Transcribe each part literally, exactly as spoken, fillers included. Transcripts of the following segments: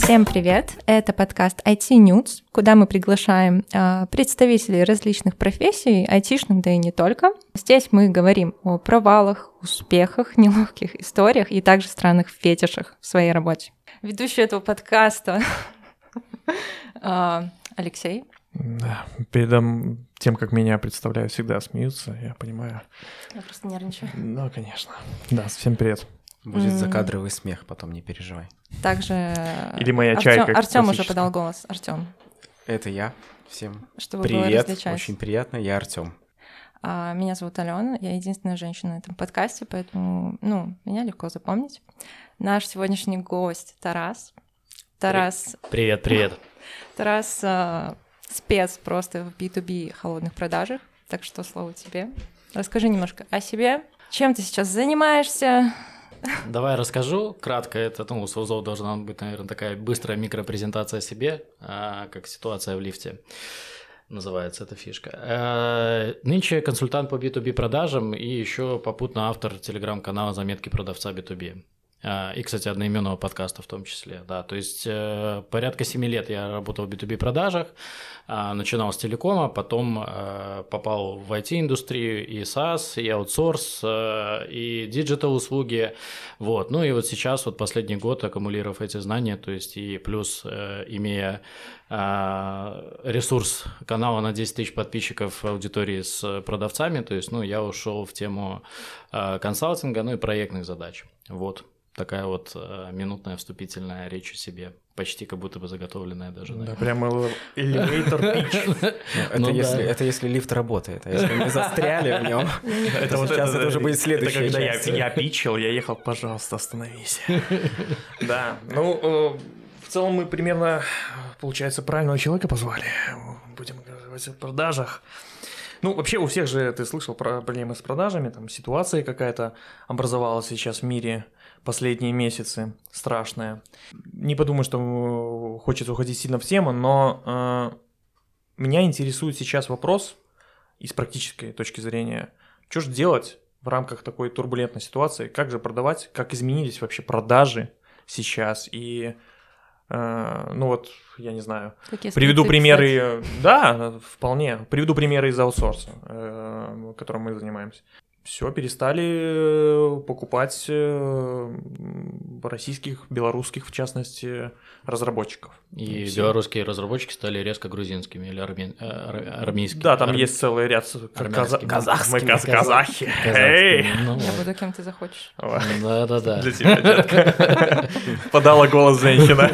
Всем привет! Это подкаст ай ти News, куда мы приглашаем э, представителей различных профессий, айтишных, да и не только. Здесь мы говорим о провалах, успехах, неловких историях и также странных фетишах в своей работе. Ведущий этого подкаста Алексей. Да, перед тем, как меня представляют, всегда смеются, я понимаю. Я просто нервничаю. Ну, конечно. Да, всем привет. Будет mm. закадровый смех, потом не переживай. Также Или моя Артём, чайка. Артём уже подал голос. Артём. Это я. Всем Чтобы привет. Очень приятно. Я Артём. А, меня зовут Алена. Я единственная женщина на этом подкасте, поэтому, ну, меня легко запомнить. Наш сегодняшний гость Тарас. Тарас. Привет, привет. Тарас а, спец просто в би ту би холодных продажах. Так что слово тебе. Расскажи немножко о себе. Чем ты сейчас занимаешься? Давай расскажу кратко. Это, ну, у СОЗов должна быть, наверное, такая быстрая микропрезентация о себе, как ситуация в лифте. Называется эта фишка. Нынче консультант по би ту би продажам и еще попутно автор телеграм-канала «Заметки продавца би ту би». И, кстати, одноименного подкаста в том числе, да, то есть э, порядка семи лет я работал в би ту би продажах, э, начинал с телекома, потом э, попал в ай ти-индустрию, и SaaS, и аутсорс, э, и диджитал-услуги, вот, ну и вот сейчас, вот последний год, аккумулировав эти знания, то есть и плюс э, имея э, ресурс канала на десять тысяч подписчиков аудитории с продавцами, то есть, ну, я ушел в тему э, консалтинга, ну и проектных задач, вот. Такая вот э, минутная вступительная речь о себе, почти как будто бы заготовленная даже. Да, прямо elevator pitch. Это если лифт работает, а если мы застряли в нем, это сейчас это уже будет следующая часть. Когда я питчил, я ехал, пожалуйста, остановись. Да, ну, в целом мы примерно, получается, правильного человека позвали. Будем говорить о продажах. Ну, вообще у всех же, ты слышал про проблемы с продажами, там ситуация какая-то образовалась сейчас в мире последние месяцы, страшная. Не подумаю, что хочется уходить сильно в тему, но э, меня интересует сейчас вопрос из практической точки зрения, что же делать в рамках такой турбулентной ситуации, как же продавать, как изменились вообще продажи сейчас и... Ну вот, я не знаю, Какие приведу примеры, кстати? Да, вполне, приведу примеры из аутсорса, которым мы занимаемся. Все, перестали покупать российских, белорусских, в частности, разработчиков. И, и белорусские разработчики стали резко грузинскими или армян... армейскими. Да, там Ар... есть целый ряд казахскими. Казахскими. Мы казахи. Ну, я буду кем ты захочешь. Да-да-да. Для тебя, детка. Подала голос женщина.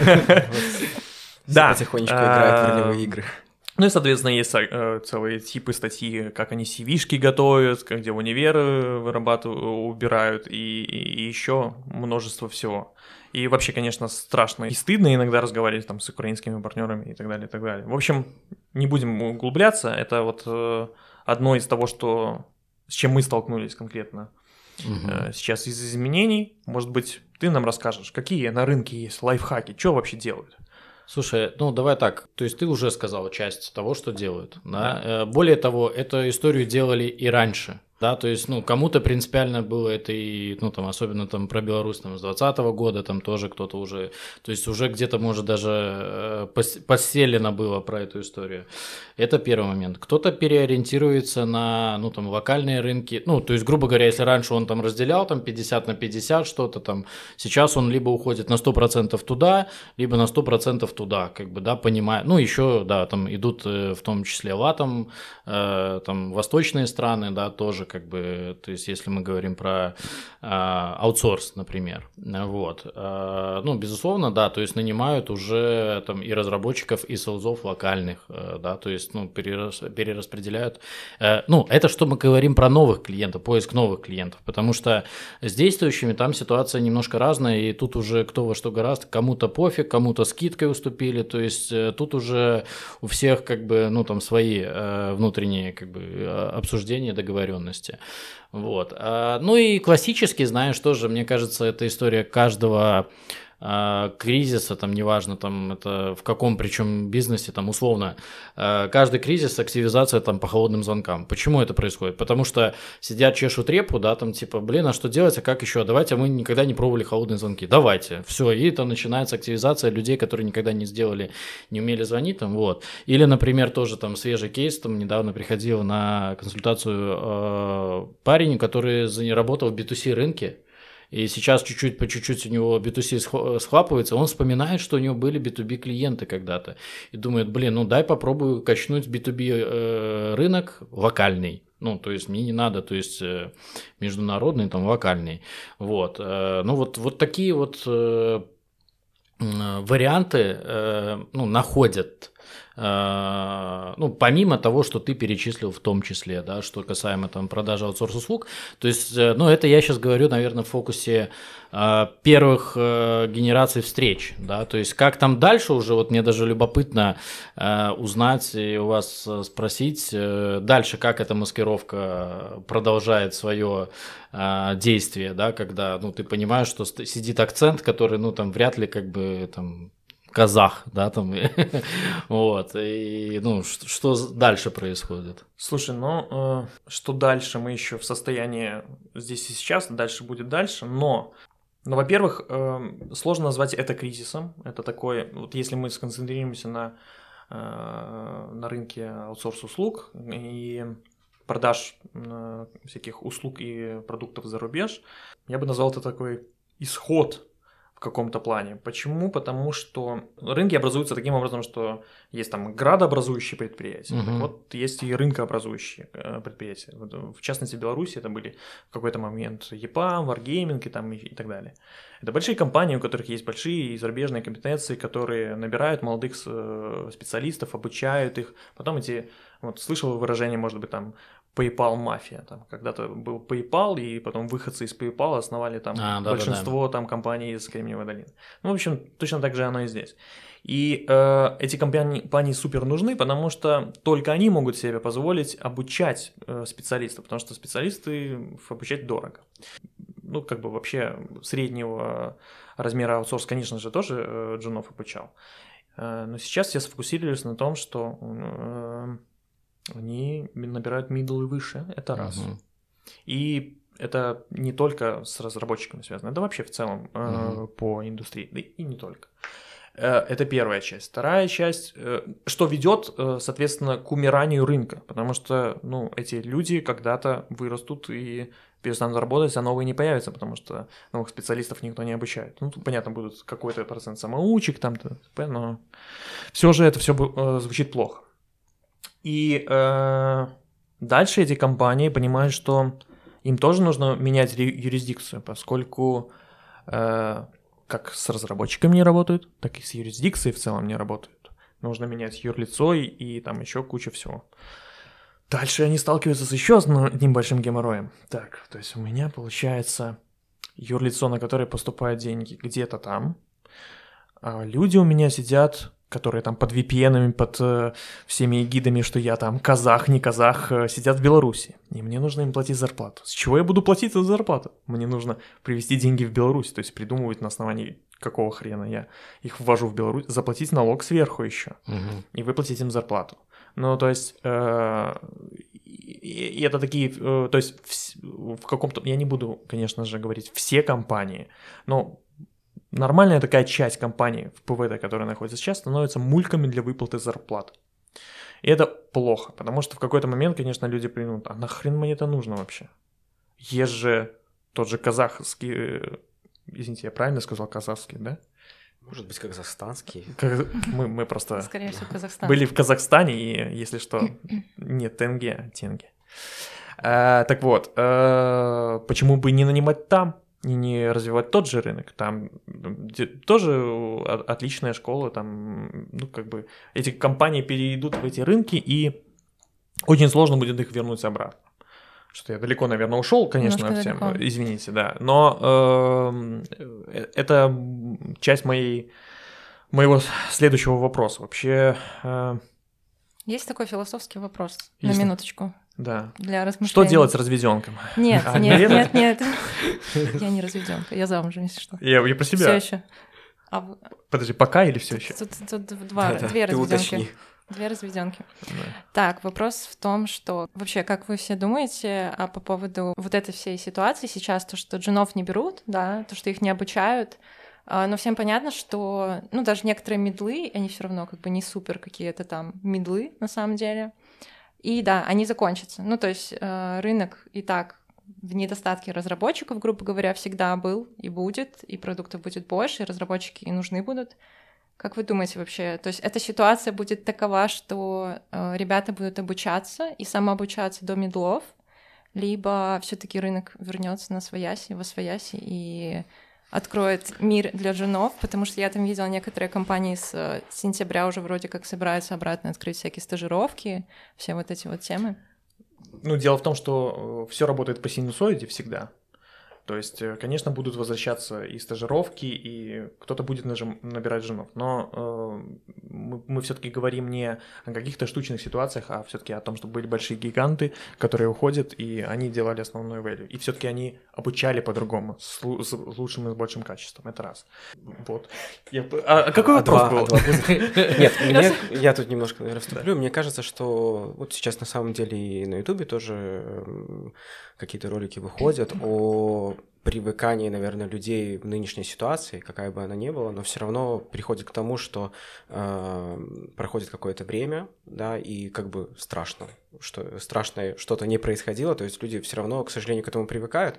Да. Потихонечку играют в ролевые игры. Ну и, соответственно, есть э, целые типы статьи, как они си ви-шки готовят, как где в универ вырабатывают, убирают, и, и, и еще множество всего. И вообще, конечно, страшно и стыдно иногда разговаривать там с украинскими партнерами и так далее, и так далее. В общем, не будем углубляться, это вот э, одно из того, что, с чем мы столкнулись конкретно угу. э, сейчас из изменений. Может быть, ты нам расскажешь, какие на рынке есть лайфхаки, что вообще делают? Слушай, ну давай так, то есть ты уже сказал часть того, что делают, да? Более того, эту историю делали и раньше, да, то есть, ну, кому-то принципиально было это и, ну, там, особенно там про Беларусь, там, с двадцатого года, там тоже кто-то уже, то есть уже где-то, может, даже поселено было про эту историю. Это первый момент. Кто-то переориентируется на, ну, там, локальные рынки, ну, то есть, грубо говоря, если раньше он там разделял там пятьдесят на пятьдесят что-то там, сейчас он либо уходит на сто процентов туда, либо на сто процентов туда, как бы, да, понимая, ну, еще, да, там идут в том числе латом, э, там, восточные страны, да, тоже, как бы, то есть, если мы говорим про э, аутсорс, например, вот, э, ну, безусловно, да, то есть, нанимают уже там и разработчиков, и селзов локальных, э, да, то есть, ну, перерас, перераспределяют, э, ну, это что мы говорим про новых клиентов, поиск новых клиентов, потому что с действующими там ситуация немножко разная, и тут уже кто во что гораздо, кому-то пофиг, кому-то скидкой уступили, то есть, э, тут уже у всех, как бы, ну, там, свои э, внутренние, как бы, обсуждения, договоренности. Вот. Ну и классически, знаешь, тоже, мне кажется, это история каждого кризиса, там, неважно, там, это в каком, причем бизнесе, там, условно, каждый кризис, активизация, там, по холодным звонкам. Почему это происходит? Потому что сидят, чешут репу, да, там, типа, блин, а что делать, а как еще? Давайте, мы никогда не пробовали холодные звонки. Давайте. Все, и там начинается активизация людей, которые никогда не сделали, не умели звонить, там, вот. Или, например, тоже, там, свежий кейс, там, недавно приходил на консультацию э, парень, который работал в би ту си рынке, и сейчас чуть-чуть по чуть-чуть у него би ту си схлапывается, он вспоминает, что у него были би ту би клиенты когда-то, и думает, блин, ну дай попробую качнуть би ту би э, рынок локальный. Ну, то есть мне не надо, то есть э, международный, там, локальный. Вот. Э, ну, вот, вот такие вот э, варианты э, ну, находят. Ну, помимо того, что ты перечислил в том числе, да, что касаемо там продажи аутсорс-услуг, то есть, ну, это я сейчас говорю, наверное, в фокусе э, первых э, генераций встреч, да, то есть, как там дальше уже, вот мне даже любопытно э, узнать и у вас спросить, э, дальше, как эта маскировка продолжает свое э, действие, да, когда, ну, ты понимаешь, что сидит акцент, который, ну, там, вряд ли, как бы, там, казах, да, там, вот, и, ну, что, что дальше происходит? Слушай, ну, э, что дальше, мы еще в состоянии здесь и сейчас, дальше будет дальше, но, ну, во-первых, э, сложно назвать это кризисом, это такое, вот если мы сконцентрируемся на, э, на рынке аутсорс-услуг и продаж э, всяких услуг и продуктов за рубеж, я бы назвал это такой исход в каком-то плане. Почему? Потому что рынки образуются таким образом, что есть там градообразующие предприятия, uh-huh. вот есть и рынкообразующие предприятия. В частности, в Беларуси это были в какой-то момент ЕПАМ, Wargaming и, там, и так далее. Это большие компании, у которых есть большие зарубежные компетенции, которые набирают молодых специалистов, обучают их. Потом эти, вот слышал выражение, может быть, там, PayPal-мафия. Там когда-то был PayPal, и потом выходцы из PayPal основали там а, да, большинство да, да. там компаний из Кремниевой долины. Ну, в общем, точно так же оно и здесь. И э, эти компании, компании супер нужны, потому что только они могут себе позволить обучать э, специалистов, потому что специалисты обучать дорого. Ну, как бы вообще среднего размера аутсорс, конечно же, тоже э, джунов обучал. Э, но сейчас все сфокусировались на том, что э, они набирают middle и выше, это раз. Uh-huh. И это не только с разработчиками связано, это вообще в целом э, uh-huh. по индустрии, да и не только. Э, это первая часть. Вторая часть, э, что ведет, э, соответственно, к умиранию рынка, потому что, ну, эти люди когда-то вырастут и перестанут работать, а новые не появятся, потому что новых специалистов никто не обучает. Ну, тут, понятно, будут какой-то процент самоучек, там, но все же это все э, звучит плохо. И э, дальше эти компании понимают, что им тоже нужно менять юрисдикцию, поскольку э, как с разработчиками не работают, так и с юрисдикцией в целом не работают. Нужно менять юрлицо и, и там еще куча всего. Дальше они сталкиваются с еще одним большим геморроем. Так, то есть у меня получается юрлицо, на которое поступают деньги, где-то там, а люди у меня сидят, которые там под ви пи эн-ами, под э, всеми гидами, что я там казах, не казах, э, сидят в Беларуси. И мне нужно им платить зарплату. С чего я буду платить за зарплату? Мне нужно привезти деньги в Беларусь, то есть придумывать на основании какого хрена я их ввожу в Беларусь, заплатить налог сверху еще угу. и выплатить им зарплату. Ну, то есть, э, и, и это такие, э, то есть в, в каком-то, я не буду, конечно же, говорить все компании, но нормальная такая часть компаний в ПВД, которая находится сейчас, становится мульками для выплаты зарплат. И это плохо, потому что в какой-то момент, конечно, люди примут, а нахрен мне это нужно вообще? Есть же тот же казахский, извините, я правильно сказал казахский, да? Может быть, казахстанский. Мы, мы просто Скорее всего, Казахстан. Были в Казахстане, и, если что, не тенге, а тенге. А, так вот, а, почему бы не нанимать там? И не развивать тот же рынок, там тоже отличная школа, там, ну, как бы, эти компании перейдут в эти рынки, и очень сложно будет их вернуть обратно. Что-то я далеко, наверное, ушел, конечно, всем, извините, да, но э, это часть моей, моего следующего вопроса. Вообще... Э, Есть такой философский вопрос, Есть. на минуточку. Да. Для размышлений. Что делать с разведенком? Нет, а, нет, нет, нет. Я не разведенка, я замужем, если что. Я, я про себя. Все еще. А... Подожди, пока или все еще? Тут, тут, тут два, да, две да, разведенки. Две разведенки. Да. Так, вопрос в том, что вообще, как вы все думаете а по поводу вот этой всей ситуации сейчас, то, что джунов не берут, да, то, что их не обучают, но всем понятно, что, ну, даже некоторые мидлы, они все равно как бы не супер какие-то там мидлы на самом деле. И да, они закончатся. Ну, то есть рынок и так в недостатке разработчиков, грубо говоря, всегда был и будет, и продуктов будет больше, и разработчики и нужны будут. Как вы думаете вообще? То есть эта ситуация будет такова, что э, ребята будут обучаться и самообучаться до мидлов, либо все-таки рынок вернется на свояси, во свояси и откроет мир для джунов, потому что я там видела некоторые компании с сентября уже вроде как собираются обратно открыть всякие стажировки, все вот эти вот темы. Ну, дело в том, что все работает по синусоиде всегда. То есть, конечно, будут возвращаться и стажировки, и кто-то будет нажим, набирать женов. Но э, мы, мы все-таки говорим не о каких-то штучных ситуациях, а все-таки о том, что были большие гиганты, которые уходят, и они делали основной value. И все-таки они обучали по-другому, с, с лучшим и с большим качеством. Это раз. Вот. Я, а, а какой а вопрос два, был? А Нет, мне, я тут немножко, наверное, вступлю. Мне кажется, что вот сейчас на самом деле и на Ютубе тоже какие-то ролики выходят о привыкании, наверное, людей в нынешней ситуации, какая бы она ни была, но все равно приходит к тому, что э, проходит какое-то время, да, и как бы страшно, что страшное что-то не происходило, то есть люди все равно, к сожалению, к этому привыкают,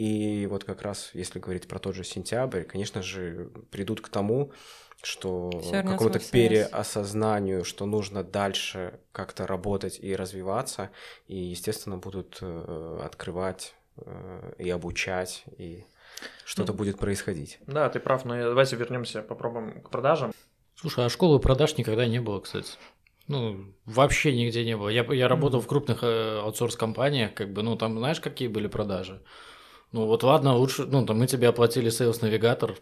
и вот как раз, если говорить про тот же сентябрь, конечно же, придут к тому, что какому-то переосознанию, что нужно дальше как-то работать и развиваться, и, естественно, будут э, открывать э, и обучать, и что-то ну, будет происходить. Да, ты прав, но давайте вернемся, попробуем к продажам. Слушай, а школы продаж никогда не было, кстати. Ну, вообще нигде не было. Я, я работал mm-hmm. в крупных э, аутсорс-компаниях, как бы, ну, там, знаешь, какие были продажи? Ну, вот ладно, лучше, ну, там мы тебе оплатили сейлс-навигатор.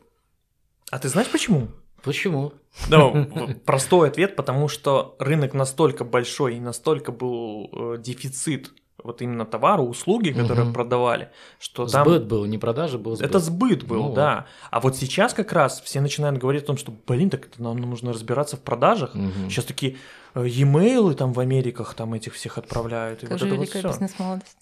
А ты знаешь почему? Почему? Ну, простой ответ, потому что рынок настолько большой и настолько был э, дефицит вот именно товара, услуги, которые угу. продавали, что сбыт там... Сбыт был, не продажа был, сбыт. Это сбыт был, ну, да. Вот. А вот сейчас как раз все начинают говорить о том, что, блин, так это нам нужно разбираться в продажах. Угу. Сейчас такие э, e-mail там в Америках там этих всех отправляют. Как же вот великая вот бизнес-молодость.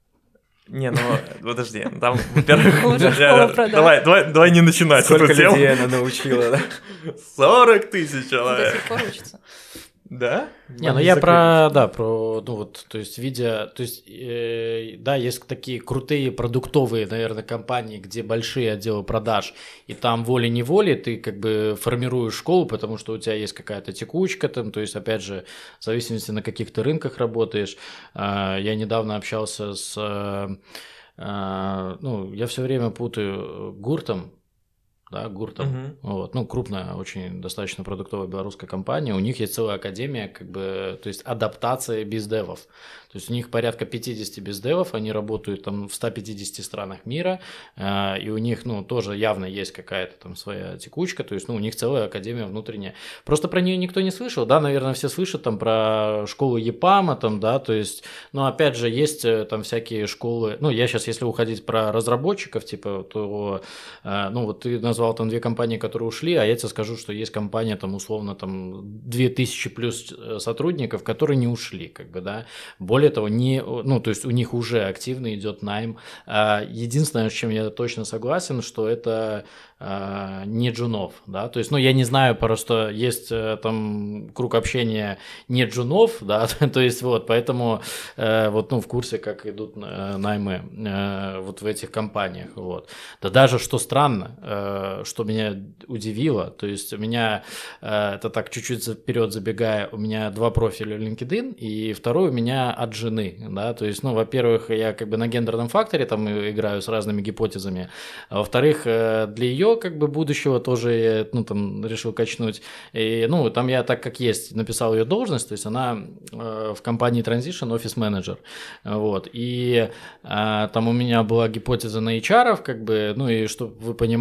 Не, ну подожди, там, во-первых, давай, давай, давай не начинать эту тему. Сколько людей она научила, да? сорок тысяч человек. До сих пор учится. Да? Не, ну я про, да, про, ну вот, то есть, видя, то есть, э, да, есть такие крутые продуктовые, наверное, компании, где большие отделы продаж, и там волей-неволей ты как бы формируешь школу, потому что у тебя есть какая-то текучка там, то есть, опять же, в зависимости на каких-то рынках работаешь. Э, я недавно общался с, э, ну, я все время путаю Гуртом, да, Гуртом, uh-huh. вот, ну, крупная, очень достаточно продуктовая белорусская компания, у них есть целая академия, как бы, то есть адаптация бездевов, то есть у них порядка пятьдесят бездевов, они работают там в ста пятидесяти странах мира, э, и у них, ну, тоже явно есть какая-то там своя текучка, то есть, ну, у них целая академия внутренняя, просто про нее никто не слышал, да, наверное, все слышат там про школу ЕПАМа, там, да, то есть, но опять же, есть там всякие школы, ну, я сейчас, если уходить про разработчиков, типа, то, э, ну, вот ты назвал там две компании, которые ушли, а я тебе скажу, что есть компания, там, условно, там, две тысячи плюс сотрудников, которые не ушли, как бы, да. Более того, не, ну, то есть у них уже активно идет найм. Единственное, с чем я точно согласен, что это не джунов, да, то есть, ну, я не знаю, просто есть там круг общения не джунов, да, то есть, вот, поэтому, вот, ну, в курсе, как идут наймы вот в этих компаниях, вот. Да даже, что странно, что меня удивило, то есть у меня, это так чуть-чуть вперед забегая, у меня два профиля LinkedIn, и второй у меня от жены, да, то есть, ну, во-первых, я как бы на гендерном факторе там играю с разными гипотезами, а во-вторых, для ее как бы будущего тоже, ну, там, решил качнуть, и, ну, там я так как есть написал ее должность, то есть она в компании Transition Office Manager, вот, и там у меня была гипотеза на эйч ар, как бы, ну, и чтобы вы понимали, то есть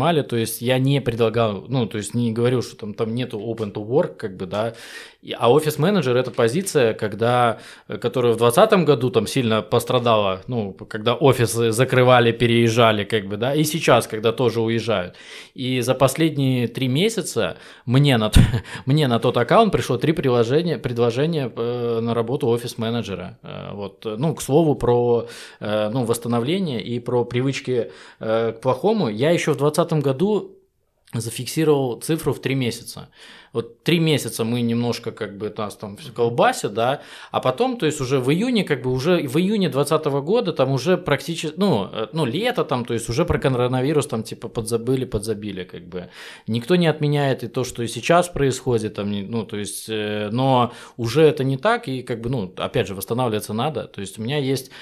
есть я не предлагал, ну, то есть не говорю, что там, там нету open to work, как бы, да, а офис-менеджер – это позиция, когда, которая в двадцатом году там сильно пострадала, ну, когда офисы закрывали, переезжали, как бы, да, и сейчас, когда тоже уезжают. И за последние три месяца мне на, мне на тот аккаунт пришло три предложения, предложения на работу офис-менеджера. Вот. Ну, к слову, про ну, восстановление и про привычки к плохому. Я еще в двадцатом году зафиксировал цифру в три месяца. Вот три месяца мы немножко как бы нас там все колбасит, да, а потом, то есть уже в июне, как бы уже в июне двадцатого года там уже практически, ну, ну, лето там, то есть уже про коронавирус там типа подзабыли, подзабили, как бы. Никто не отменяет и то, что и сейчас происходит, там, ну, то есть, но уже это не так, и как бы, ну, опять же, восстанавливаться надо, то есть у меня есть...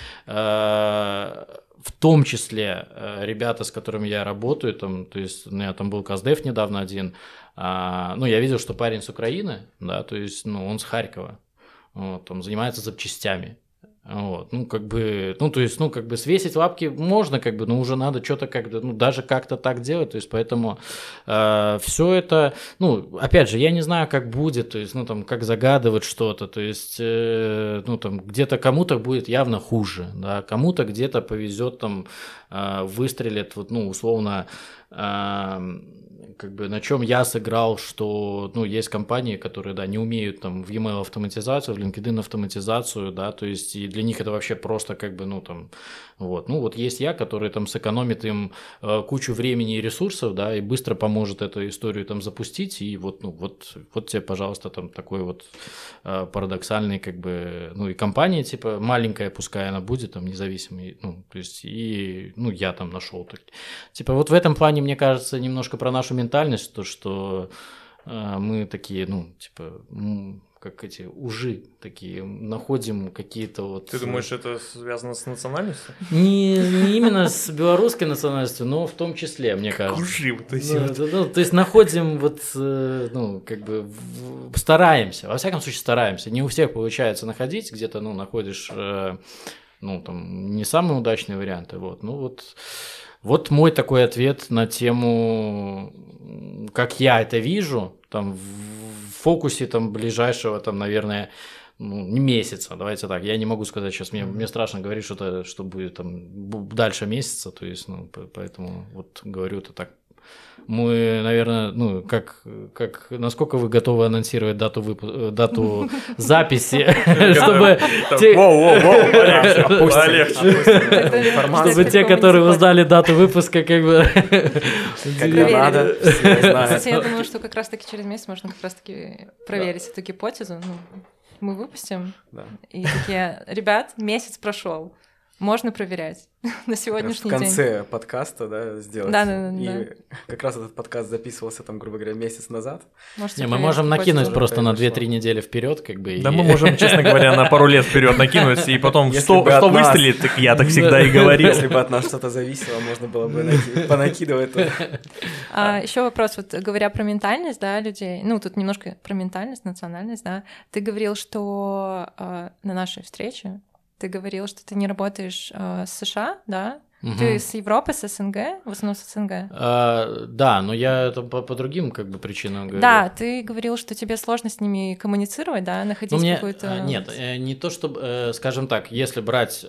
Э- в том числе э, ребята, с которыми я работаю, там, то есть у меня там был Каздев недавно один, а, ну, я видел, что парень с Украины, да, то есть, ну, он с Харькова, вот, там, занимается запчастями. Вот, ну, как бы, ну, то есть, ну, как бы свесить лапки можно, как бы, но уже надо что-то как-то, ну, даже как-то так делать, то есть, поэтому э, все это, ну, опять же, я не знаю, как будет, то есть, ну, там, как загадывать что-то, то есть, э, ну, там, где-то кому-то будет явно хуже, да, кому-то где-то повезет, там, э, выстрелит, вот, ну, условно, э, как бы на чем я сыграл, что, ну, есть компании, которые, да, не умеют там в e-mail автоматизацию, в LinkedIn автоматизацию, да, то есть и для них это вообще просто как бы, ну, там, вот, ну, вот есть я, который там сэкономит им э, кучу времени и ресурсов, да, и быстро поможет эту историю там запустить, и вот, ну, вот, вот тебе, пожалуйста, там такой вот э, парадоксальный, как бы, ну, и компания, типа, маленькая, пускай она будет, там, независимой, ну, то есть, и, ну, я там нашел, типа, вот в этом плане, мне кажется, немножко про нашу ментальность, то, что э, мы такие, ну, типа, м- как эти ужи такие, находим какие-то вот... Ты думаешь, это связано с национальностью? Не, не именно с белорусской национальностью, но в том числе, мне кажется. Ужи вот эти ну, вот. Ну, то есть находим вот, ну, как бы, в, стараемся, во всяком случае стараемся. Не у всех получается находить, где-то, ну, находишь, ну, там, не самые удачные варианты, вот, ну, вот... Вот мой такой ответ на тему, как я это вижу, там, в фокусе там, ближайшего, там, наверное, ну, не месяца, давайте так, я не могу сказать сейчас, мне, мне страшно говорить что-то, что будет там дальше месяца, то есть, ну, поэтому вот говорю это так. Мы, наверное, ну, как, как, насколько вы готовы анонсировать дату, выпу- дату записи, чтобы... Воу-воу-воу, полегче. Чтобы те, которые узнали дату выпуска, как бы... Когда надо, все знают. Кстати, я думаю, что как раз-таки через месяц можно как раз-таки проверить эту гипотезу. Мы выпустим, и такие, ребят, месяц прошел. Можно проверять на сегодняшний день. В конце день. подкаста, да, сделать. Да, да, да. И да. как раз этот подкаст записывался, там, грубо говоря, месяц назад. Не, мы можем накинуть просто на две-три недели вперед, как бы. Да, и... мы можем, честно говоря, на пару лет вперед накинуть, и потом сто выстрелит, так я так всегда и говорил. Если бы от нас что-то зависело, можно было бы понакидывать. Еще вопрос, вот говоря про ментальность, да, людей, ну, тут немножко про ментальность, национальность, да, ты говорил, что на нашей встрече ты говорил, что ты не работаешь э, с США, да? Угу. Ты с Европы, с СНГ, в основном с СНГ? А, да, но я это по, по другим как бы причинам говорю. Да, ты говорил, что тебе сложно с ними коммуницировать, да, находить ну, мне, какую-то... Нет, не то, чтобы, скажем так, если брать,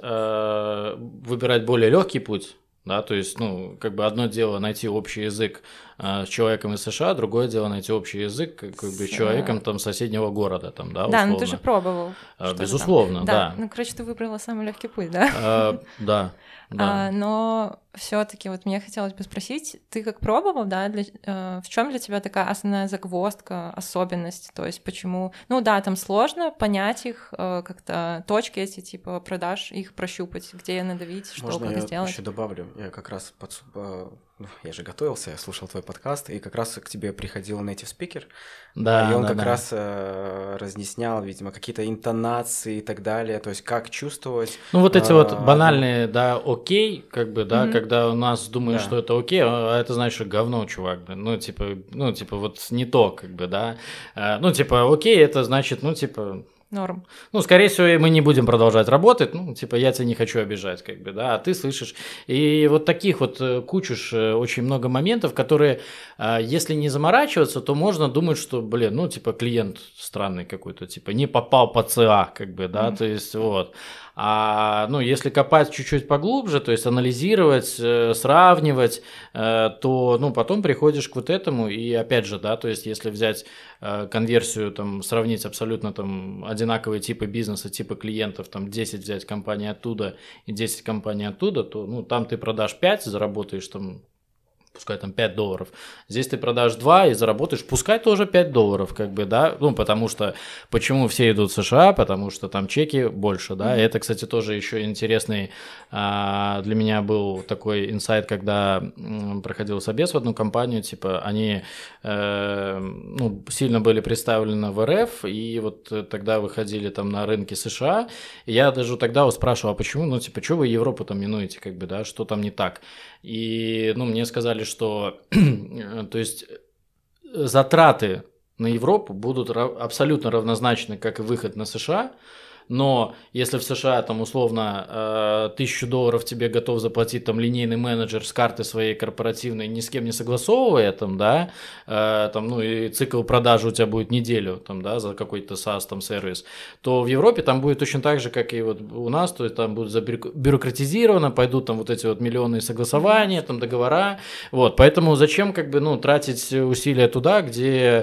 выбирать более легкий путь, да, то есть, ну, как бы одно дело найти общий язык э, с человеком из США, другое дело найти общий язык как, как бы с человеком там соседнего города, там, да, условно. Да, ну ты же пробовал. А, безусловно, да. да. Ну, короче, ты выбрала самый легкий путь, да? А, да. Да. А, но все-таки вот мне хотелось бы спросить, ты как пробовал, да, для, э, в чем для тебя такая основная загвоздка, особенность, то есть почему, ну да, там сложно понять их, э, как-то точки эти типа продаж, их прощупать, где надавить, что, Можно как я сделать. еще добавлю, я как раз под, ну, я же готовился, я слушал твой подкаст, и как раз к тебе приходил native speaker, да, и он да, как да. раз э, разъяснял, видимо, какие-то интонации и так далее, то есть как чувствовать. Ну вот эти э, вот банальные, да, окей, как бы, да, mm-hmm. когда у нас думают, да. что это окей, а это значит, что говно, чувак, блин, ну типа, ну типа вот не то, как бы, да, ну типа окей, это значит, ну типа... Норм. Ну, скорее всего, мы не будем продолжать работать, ну, типа, я тебя не хочу обижать, как бы, да, а ты слышишь. И вот таких вот кучуш очень много моментов, которые, если не заморачиваться, то можно думать, что, блин, ну, типа, клиент странный какой-то, типа, не попал по ЦА, как бы, да, mm-hmm. то есть, вот. А, ну, если копать чуть-чуть поглубже, то есть анализировать, э, сравнивать, э, то, ну, потом приходишь к вот этому, и опять же, да, то есть если взять э, конверсию, там, сравнить абсолютно там одинаковые типы бизнеса, типы клиентов, там, десять взять компаний оттуда и десять компаний оттуда, то, ну, там ты продашь пять, заработаешь там, пускай там пять долларов. Здесь ты продашь два и заработаешь, пускай тоже пять долларов, как бы, да, ну, потому что, почему все идут в США, потому что там чеки больше, да, mm-hmm. и это, кстати, тоже еще интересный а, для меня был такой инсайт, когда м, проходил собес в одну компанию, типа, они, э, ну, сильно были представлены в РФ, и вот тогда выходили там на рынки США, и я даже тогда вот спрашивал, а почему, ну, типа, что вы Европу там минуете, как бы, да, что там не так, и, ну, мне сказали, что, то есть, затраты на Европу будут абсолютно равнозначны, как и выход на США, но если в США там условно тысячу долларов тебе готов заплатить там линейный менеджер с карты своей корпоративной, ни с кем не согласовывая там, да, там, ну и цикл продажи у тебя будет неделю там, да, за какой-то SaaS там сервис, то в Европе там будет точно так же, как и вот у нас, то есть там будет забюрократизировано, пойдут там вот эти вот миллионные согласования, там договора, вот, поэтому зачем как бы, ну, тратить усилия туда, где,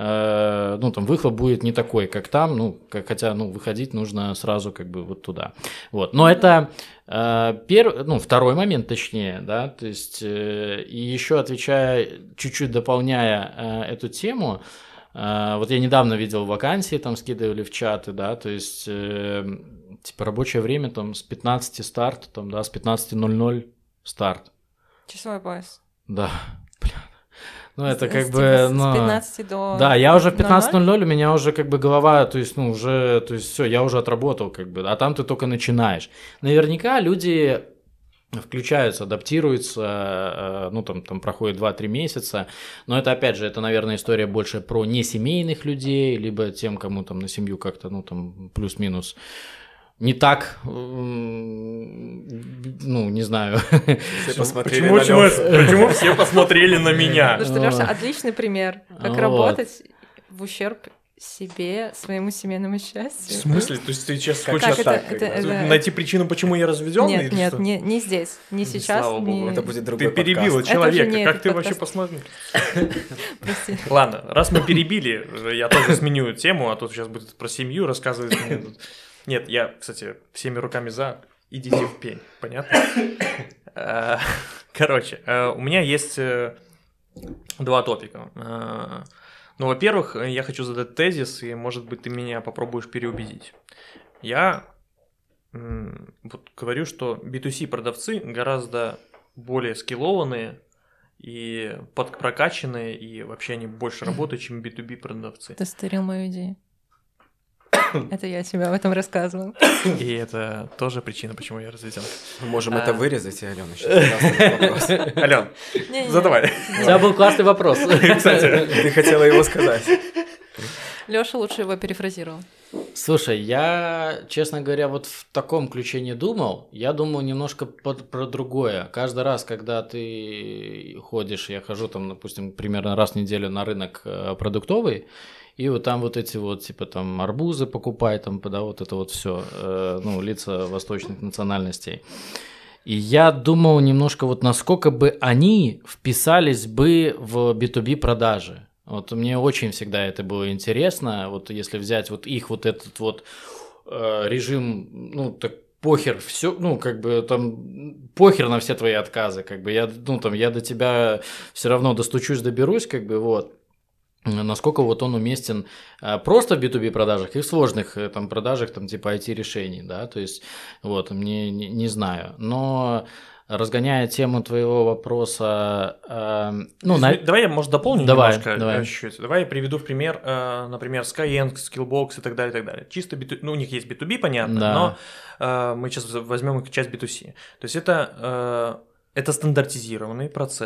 э, ну, там выхлоп будет не такой, как там, ну, как, хотя, ну, выходить нужно сразу как бы вот туда. Вот. Но это э, перв... ну, второй момент, точнее, да, то есть э, и еще отвечая, чуть-чуть дополняя э, эту тему, э, вот я недавно видел вакансии, там скидывали в чаты, да, то есть э, типа рабочее время там с пятнадцати старт, там, да, с пятнадцати ноль-ноль старт. Часовой пояс. Да, бля. Ну, это с, как с, бы... С ну, пятнадцати до... Да, я уже в пятнадцать ноль ноль, у меня уже как бы голова, то есть, ну, уже, то есть, все, я уже отработал, как бы, а там ты только начинаешь. Наверняка люди включаются, адаптируются, ну, там, там проходит два-три месяца, но это, опять же, это, наверное, история больше про несемейных людей, либо тем, кому там на семью как-то, ну, там, плюс-минус... Не так, ну, не знаю. Все посмотрели почему, на почему, Лёшу. почему все посмотрели на меня? Потому что, Лёша, отличный пример, как Вот. работать в ущерб себе, своему семейному счастью. В смысле? То есть ты сейчас Как хочешь это- так, это- как бы? это- найти причину, почему я разведённый? Нет, или нет, что? не, не здесь, не сейчас. Слава богу, не- Это будет другой Ты перебила подкаст. Это уже человека, не как этот ты вообще подкаст. посмотрел? Прости. Ладно, раз мы перебили, я тоже сменю тему, а то сейчас будет про семью рассказывать мне тут. Нет, я, кстати, всеми руками за, идите в пень, понятно? Э, Короче, э, у меня есть э, два топика. Э, Ну, во-первых, я хочу задать тезис, и, может быть, ты меня попробуешь переубедить. Я м, вот говорю, что би ту си продавцы гораздо более скиллованные и подпрокачанные, и вообще они больше работают, чем би ту би продавцы. Ты стырил мою идею. Это я тебе об этом рассказывала. И это тоже причина, почему я разведен. Мы можем А. это вырезать, и Алёна сейчас вопрос. Ален, Не-не-не. задавай. У тебя был классный вопрос. Кстати, Ты хотела его сказать. Лёша лучше его перефразировал. Слушай, я, честно говоря, вот в таком ключе не думал. Я думал немножко под- про другое. Каждый раз, когда ты ходишь, я хожу там, допустим, примерно раз в неделю на рынок э, продуктовый, и вот там вот эти вот, типа там арбузы покупай, там, да, вот это вот все, ну, лица восточных национальностей. И я думал немножко вот насколько бы они вписались бы в би ту би продажи. Вот мне очень всегда это было интересно, вот если взять вот их вот этот вот э, режим, ну, так похер, все, ну, как бы там, похер на все твои отказы, как бы я, ну, там, я до тебя все равно достучусь, доберусь, как бы, вот. Насколько вот он уместен а, просто в би ту би продажах и в сложных э, там продажах там типа ай ти-решений, да, то есть вот, мне не, не знаю, но разгоняя тему твоего вопроса, э, ну, на... Давай я, может, дополню Давай, немножко, давай. э, чуть-чуть. Давай я приведу в пример, э, например, Skyeng, Skillbox и так далее, и так далее. Чисто би ту... ну, у них есть би ту би, понятно, Да. но э, мы сейчас возьмем часть би ту си. То есть это, э, это стандартизированный процесс.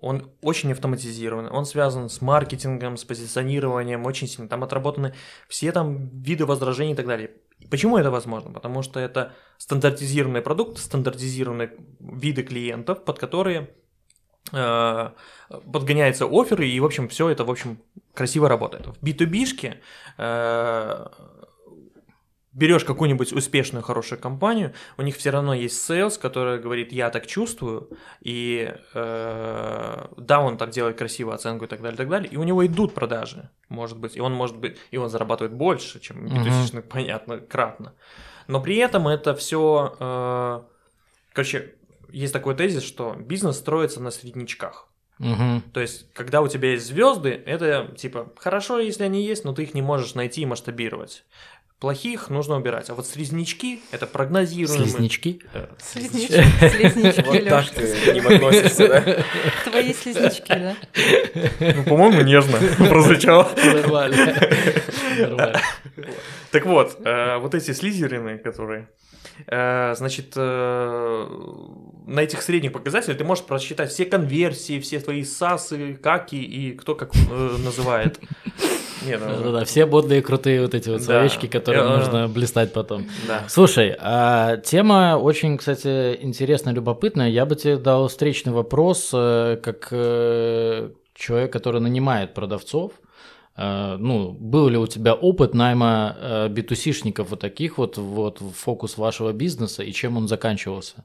он очень автоматизированный, он связан с маркетингом, с позиционированием, очень сильно. Там отработаны все там виды возражений и так далее. Почему это возможно? Потому что это стандартизированный продукт, стандартизированные виды клиентов, под которые э, подгоняются офферы, и, в общем, все это, в общем, красиво работает. В би ту би-шке э, берешь какую-нибудь успешную, хорошую компанию, у них все равно есть sales, который говорит, я так чувствую, и э, да, он так делает красивую оценку и так далее, и так далее, и у него идут продажи, может быть, и он может быть, и он зарабатывает больше, чем би ту си-шный, uh-huh. понятно, кратно. Но при этом это все, э, короче, есть такой тезис, что бизнес строится на среднячках. Угу. То есть, когда у тебя есть звезды, это типа хорошо, если они есть, но ты их не можешь найти и масштабировать. Плохих нужно убирать. А вот слизнячки – это прогнозируемые... Слизнячки? Слизнячки, Вот так ты к ним относишься, да? Твои слизнячки, да? Ну, по-моему, нежно прозвучало. Нормально. Нормально. Так вот, вот эти слизерины, которые... Значит, на этих средних показателях ты можешь просчитать все конверсии, все твои сасы, каки и кто как называет. Не, ну... Да-да, все модные крутые вот эти вот словечки, да. Которым Я... нужно блистать потом. Да. Слушай, а тема очень, кстати, интересная, любопытная. Я бы тебе дал встречный вопрос, как человек, который нанимает продавцов. Ну, был ли у тебя опыт найма би ту си-шников вот таких вот, вот в фокус вашего бизнеса, и чем он заканчивался?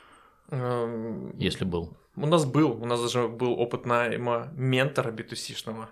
Um... Если был. У нас был, у нас даже был опыт найма ментора би ту си-шного.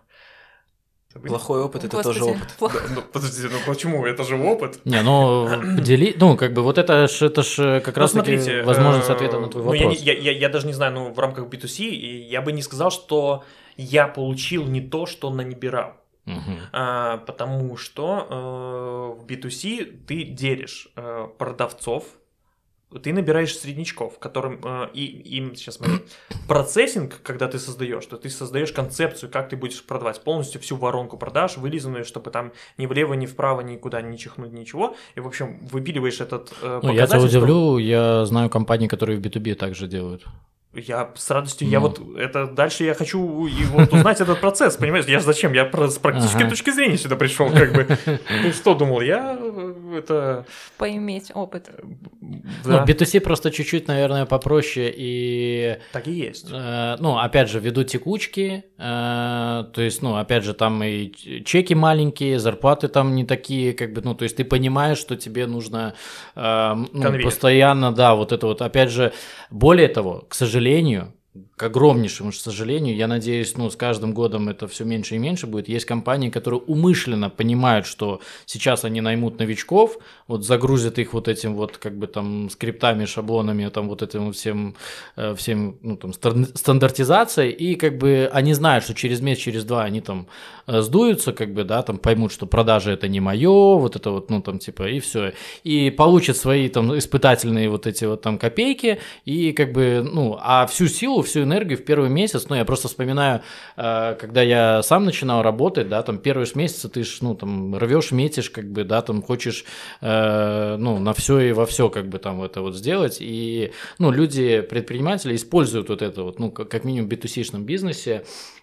Плохой опыт – это тоже опыт. Да, ну, подождите, ну почему? Это же опыт. Не, ну, подели... Ну, как бы вот это ж, это ж как ну, раз-таки возможность ответа на твой ну, вопрос. Я, я, я даже не знаю, ну, в рамках би ту си я бы не сказал, что я получил не то, что набирал. Uh-huh. А, потому что э, в би ту си ты делишь э, продавцов, ты набираешь среднячков, которым э, и им сейчас смотри, процессинг, когда ты создаешь, что ты создаешь концепцию, как ты будешь продавать полностью всю воронку продаж, вылизанную, чтобы там ни влево, ни вправо, никуда не чихнуть, ничего. И, в общем, выпиливаешь этот э, ну, я тебя удивлю, я знаю компании, которые в би ту би также делают. Я с радостью, ну. я вот это дальше я хочу и вот узнать этот процесс, понимаешь? Я зачем? Я с практической ага. точки зрения сюда пришел, как бы. Ну что думал, я это... Поиметь опыт. Да. Ну, би ту си просто чуть-чуть, наверное, попроще и... Так и есть. Э, ну, опять же, ввиду текучки, э, то есть, ну, опять же, там и чеки маленькие, зарплаты там не такие, как бы, ну, то есть ты понимаешь, что тебе нужно э, ну, постоянно, да, вот это вот, опять же, более того, к сожалению, к огромнейшему сожалению, я надеюсь, ну, с каждым годом это все меньше и меньше будет. Есть компании, которые умышленно понимают, что сейчас они наймут новичков, вот загрузят их вот этим вот как бы там скриптами, шаблонами, там вот этим всем, всем ну, там, стандартизацией, и как бы они знают, что через месяц, через два они там сдуются, как бы, да, там поймут, что продажи это не мое, вот это вот, ну, там, типа, и все. И получат свои там испытательные вот эти вот там копейки, и как бы, ну, а всю силу, всю энергию в первый месяц, ну, я просто вспоминаю, когда я сам начинал работать, да, там, первые месяцы ты ж, ну, там, рвешь, метишь, как бы, да, там, хочешь, э, ну, на все и во все, как бы, там, это вот сделать, и, ну, люди, предприниматели используют вот это вот, ну, как минимум в би ту си-шном бизнесе,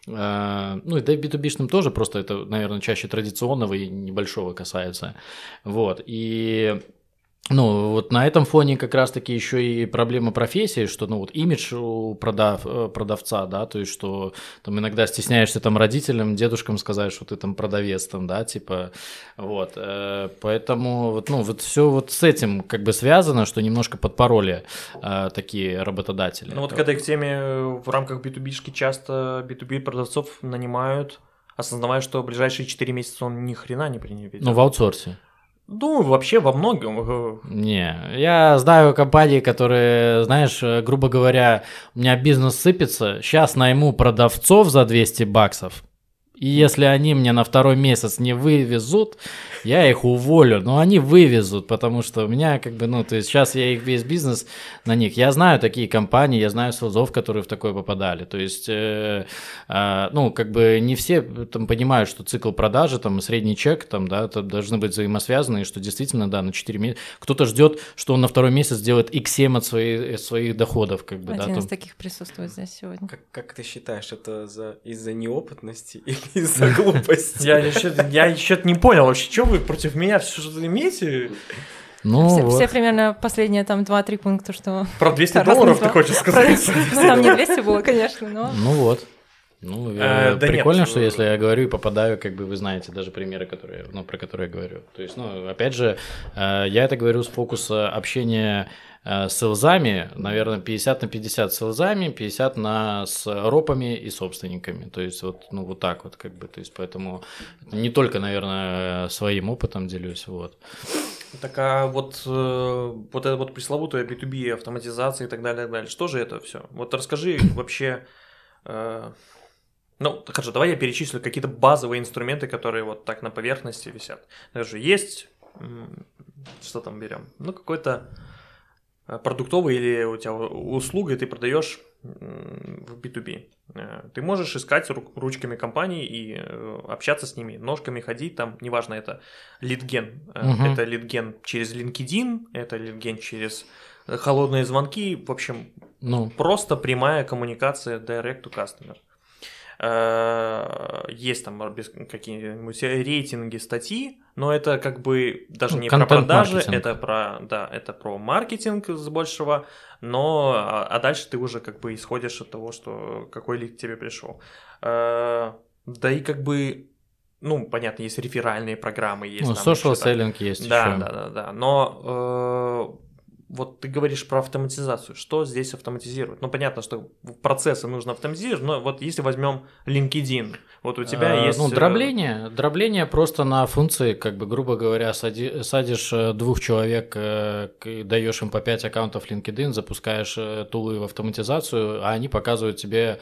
э, ну, и да и в би ту би-шном тоже, просто это, наверное, чаще традиционного и небольшого касается, вот, и... Ну, вот на этом фоне как раз-таки еще и проблема профессии, что, ну, вот имидж у продав, продавца, да, то есть, что там иногда стесняешься там родителям, дедушкам сказать, что ты там продавец, там, да, типа, вот, э, поэтому, вот, ну, вот все вот с этим как бы связано, что немножко подпороли э, такие работодатели. Ну, вот когда к теме в рамках би ту би-шки часто би ту би продавцов нанимают, осознавая, что в ближайшие четыре месяца он ни хрена не принесет. Ну, в аутсорсе. Ну, вообще во многом. Не, я знаю компании, которые, знаешь, грубо говоря, у меня бизнес сыпется, сейчас найму продавцов за двести баксов, И если они мне на второй месяц не вывезут, я их уволю. Но они вывезут, потому что у меня как бы, ну, то есть сейчас я их весь бизнес на них. Я знаю такие компании, я знаю селзов, которые в такое попадали. То есть, э, э, ну, как бы не все там понимают, что цикл продажи, там, средний чек, там, да, должны быть взаимосвязаны, и что действительно, да, на четыре месяца. Кто-то ждет, что он на второй месяц делает икс семь от своих, своих доходов, как бы, Один да. из там. таких присутствует здесь сегодня. Как, как ты считаешь, это за, из-за неопытности или из-за глупости? Я еще не понял вообще, что вы против меня что-то имеете? Ну, все, вот. все примерно последние там два-три пункта, что... Про двести долларов ты хочешь сказать? Ну, там не двести было, конечно, но... Ну вот. Ну, Э, да прикольно, нет. что если я говорю и попадаю, как бы вы знаете даже примеры, которые, ну, про которые я говорю. То есть, ну, опять же, э, я это говорю с фокуса общения э, с селзами, наверное, пятьдесят на пятьдесят с селзами, пятьдесят на с ропами и собственниками. То есть, вот, ну, вот так вот, как бы, то есть, поэтому не только, наверное, своим опытом делюсь, вот. Так а вот, э, вот это вот пресловутая би ту би, автоматизация и так далее, так далее, что же это все? Вот расскажи вообще... Э, Ну, хорошо, давай я перечислю какие-то базовые инструменты, которые вот так на поверхности висят. Даже есть, что там берем? Ну, какой-то продуктовый или у тебя услуга, и ты продаешь в би ту би. Ты можешь искать ручками компаний и общаться с ними, ножками ходить, там, неважно, это лидген. Uh-huh. Это лидген через LinkedIn, это лидген через холодные звонки, в общем, ну. просто прямая коммуникация direct to customer. Есть там какие-нибудь рейтинги статьи, но это как бы даже ну, не про продажи, это про, да, это про маркетинг с большего, но а дальше ты уже как бы исходишь от того, что какой лид к тебе пришел. Да и как бы, ну, понятно, есть реферальные программы, есть. Ну, там social selling есть да, еще. Да, да, да, но... Вот ты говоришь про автоматизацию. Что здесь автоматизируют? Ну, понятно, что процессы нужно автоматизировать, но вот если возьмем LinkedIn, вот у тебя а, есть... Ну, дробление. Дробление просто на функции, как бы, грубо говоря, сади, садишь двух человек, даешь им по пять аккаунтов LinkedIn, запускаешь тулы в автоматизацию, а они показывают тебе...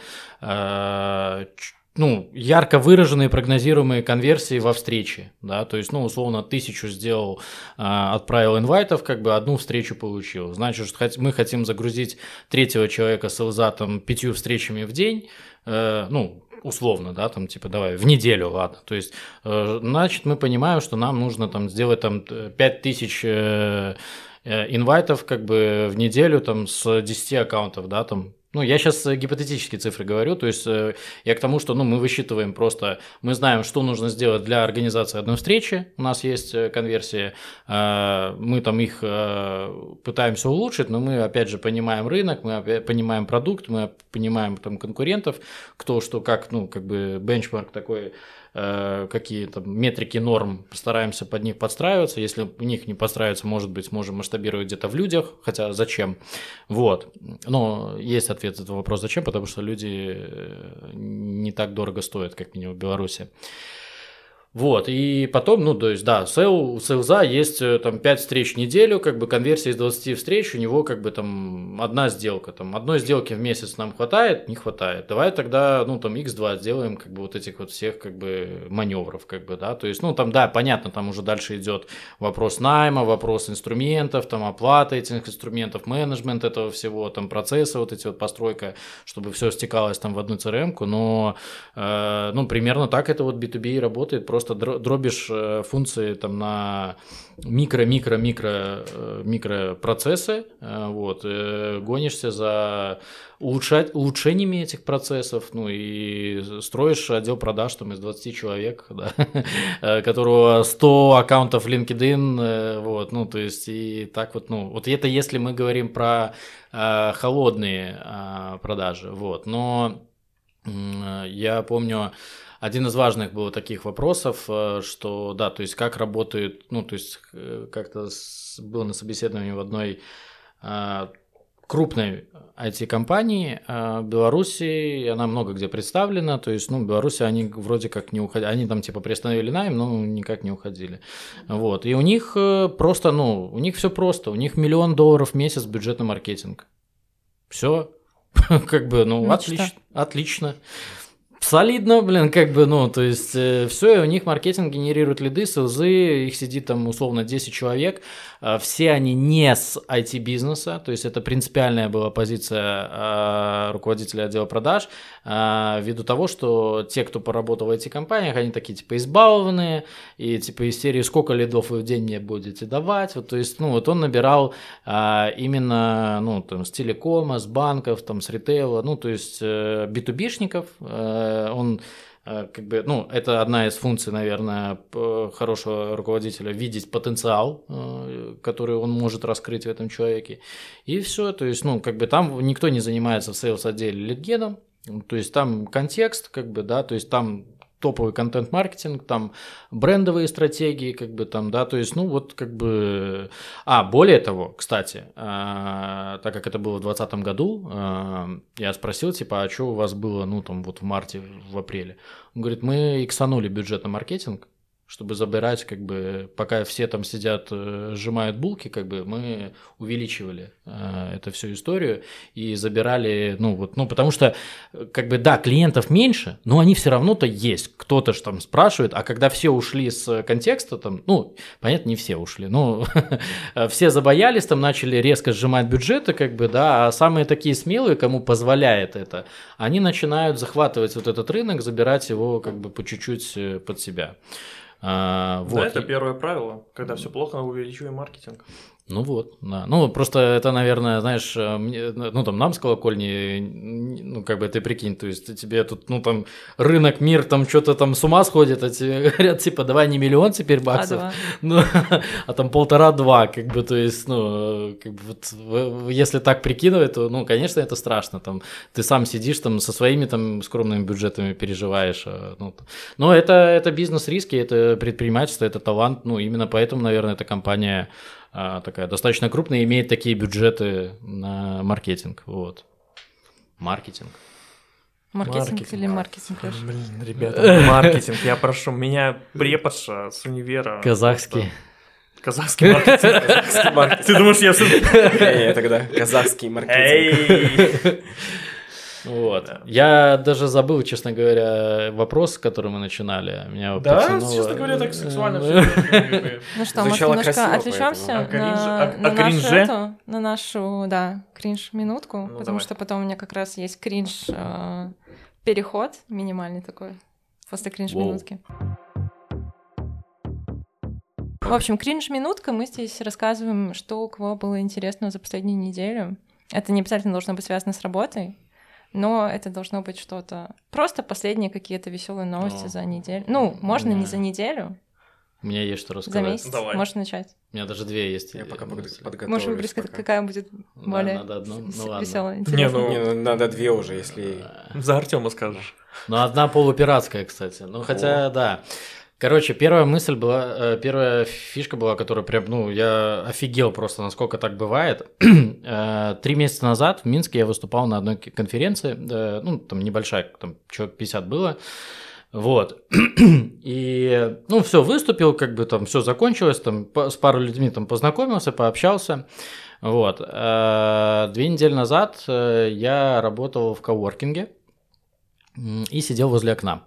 ну, ярко выраженные прогнозируемые конверсии во встрече, да, то есть, ну, условно, тысячу сделал, отправил инвайтов, как бы одну встречу получил. Значит, мы хотим загрузить третьего человека с селза там пятью встречами в день, ну, условно, да, там, типа, давай, в неделю, ладно, то есть, значит, мы понимаем, что нам нужно там сделать там пять тысяч инвайтов, как бы, в неделю там с десяти аккаунтов, да, там. Ну, я сейчас гипотетические цифры говорю, то есть я к тому, что, ну, мы высчитываем просто, мы знаем, что нужно сделать для организации одной встречи, у нас есть конверсии, мы там их пытаемся улучшить, но мы, опять же, понимаем рынок, мы понимаем продукт, мы понимаем там конкурентов, кто что, как, ну, как бы бенчмарк такой, какие там метрики норм, постараемся под них подстраиваться, если у них не подстраиваться, может быть, сможем масштабировать где-то в людях, хотя зачем, вот, но есть ответ на этот вопрос, зачем, потому что люди не так дорого стоят, как минимум в Беларуси. Вот, и потом, ну, то есть, да, у сейлза есть там пять встреч в неделю, как бы конверсия из двадцати встреч, у него как бы там одна сделка, там одной сделки в месяц нам хватает, не хватает, давай тогда, ну, там икс два сделаем, как бы вот этих вот всех, как бы, маневров, как бы, да, то есть, ну, там, да, понятно, там уже дальше идет вопрос найма, вопрос инструментов, там, оплата этих инструментов, менеджмент этого всего, там, процессы, вот эти вот постройка, чтобы все стекалось там в одну си эр эм-ку, но, э, ну, примерно так это вот би ту би работает, просто Просто дробишь функции там на микро-микро-микро процессы, вот, гонишься за улучшать, улучшениями этих процессов, ну и строишь отдел продаж там из двадцати человек, да, которого сто аккаунтов LinkedIn, вот, ну, то есть и так вот, ну, вот это если мы говорим про э, холодные э, продажи, вот, но э, я помню, один из важных было таких вопросов, что, да, то есть как работает, ну, то есть как-то было на собеседовании в одной э, крупной ай ти-компании э, Беларуси, она много где представлена, то есть, ну, в Беларуси они вроде как не уходили, они там типа приостановили найм, но никак не уходили, вот, и у них просто, ну, у них все просто, у них миллион долларов в месяц бюджет на маркетинг, все, как бы, ну, отлично, отлично. солидно, блин, как бы, ну, то есть, э, все, у них маркетинг генерирует лиды, селзы, их сидит там условно десять человек, э, все они не с ай ти-бизнеса, то есть, это принципиальная была позиция э, руководителя отдела продаж, э, ввиду того, что те, кто поработал в ай ти-компаниях, они такие, типа, избалованные, и, типа, из серии «Сколько лидов вы в день мне будете давать?», вот, то есть, ну, вот он набирал э, именно, ну, там, с телекома, с банков, там, с ритейла, ну, то есть, э, би ту би-шников, э, он как бы, ну, это одна из функций, наверное, хорошего руководителя — видеть потенциал, который он может раскрыть в этом человеке. И все, то есть, ну, как бы там никто не занимается в сейлс-отделе лидгеном, то есть там контекст, как бы, да, то есть там топовый контент-маркетинг, там брендовые стратегии, как бы там, да, то есть, ну, вот как бы... А, более того, кстати, э, так как это было в двадцатом году, э, я спросил, типа, а что у вас было, ну, там, вот в марте, в апреле? Он говорит, мы иксанули бюджет на маркетинг, чтобы забирать, как бы, пока все там сидят, сжимают булки, как бы, мы увеличивали э, эту всю историю и забирали, ну, вот, ну, потому что, как бы, да, клиентов меньше, но они все равно-то есть. Кто-то же там спрашивает, а когда все ушли с контекста, там, ну, понятно, не все ушли, но все забоялись, там, начали резко сжимать бюджеты, как бы, да, а самые такие смелые, кому позволяет это, они начинают захватывать вот этот рынок, забирать его, как бы, по чуть-чуть под себя. А, вот. Да, это первое правило. Когда все плохо, увеличиваем маркетинг. Ну вот, да. Ну, просто это, наверное, знаешь, мне, ну, там, нам с колокольни, ну, как бы, ты прикинь, то есть тебе тут, ну, там, рынок, мир, там, что-то там с ума сходит, а тебе говорят, типа, давай не миллион теперь баксов, а, ну, а там полтора-два, как бы, то есть, ну, как бы, вот, если так прикидывать, то, ну, конечно, это страшно, там, ты сам сидишь, там, со своими, там, скромными бюджетами переживаешь, ну, но это, это бизнес-риски, это предпринимательство, это талант, ну, именно поэтому, наверное, эта компания такая достаточно крупная, имеет такие бюджеты на маркетинг. Вот. Маркетинг. Маркетинг, маркетинг или маркетинг? Блин, ребята, маркетинг. Я прошу, меня преподша с универа. Казахский. Казахский маркетинг. Казахский маркетинг. Ты думаешь, я... Я тогда казахский маркетинг. Вот. Да. Я даже забыл, честно говоря, вопрос, с которым мы начинали. Меня да, потянуло... честно говоря, так сексуально все. Ну что, может, немножко отвлечемся на нашу, да, кринж-минутку, потому что потом у меня как раз есть кринж-переход минимальный такой, после кринж-минутки. В общем, кринж-минутка, мы здесь рассказываем, что у кого было интересно за последнюю неделю. Это не обязательно должно быть связано с работой, но это должно быть что-то... Просто последние какие-то веселые новости ну, за неделю. Ну, можно меня... не за неделю. У меня есть что рассказать. За месяц. Давай. Можешь начать. У меня даже две есть. Я пока подготовлюсь. Можешь выбрать, пока. какая будет более да, надо одну. Ну, веселая, интересная. Не, ну, не, ну, надо две уже, если... За Артема скажешь. Ну, одна полупиратская, кстати. Ну, хотя, О. да. Короче, первая мысль была, первая фишка была, которая прям, ну, я офигел просто, насколько так бывает. Три месяца назад в Минске я выступал на одной конференции, ну, там небольшая, там человек пятьдесят было, вот. И, ну, все, выступил, как бы там все закончилось, там с парой людьми там познакомился, пообщался, вот. Две недели назад я работал в коворкинге и сидел возле окна.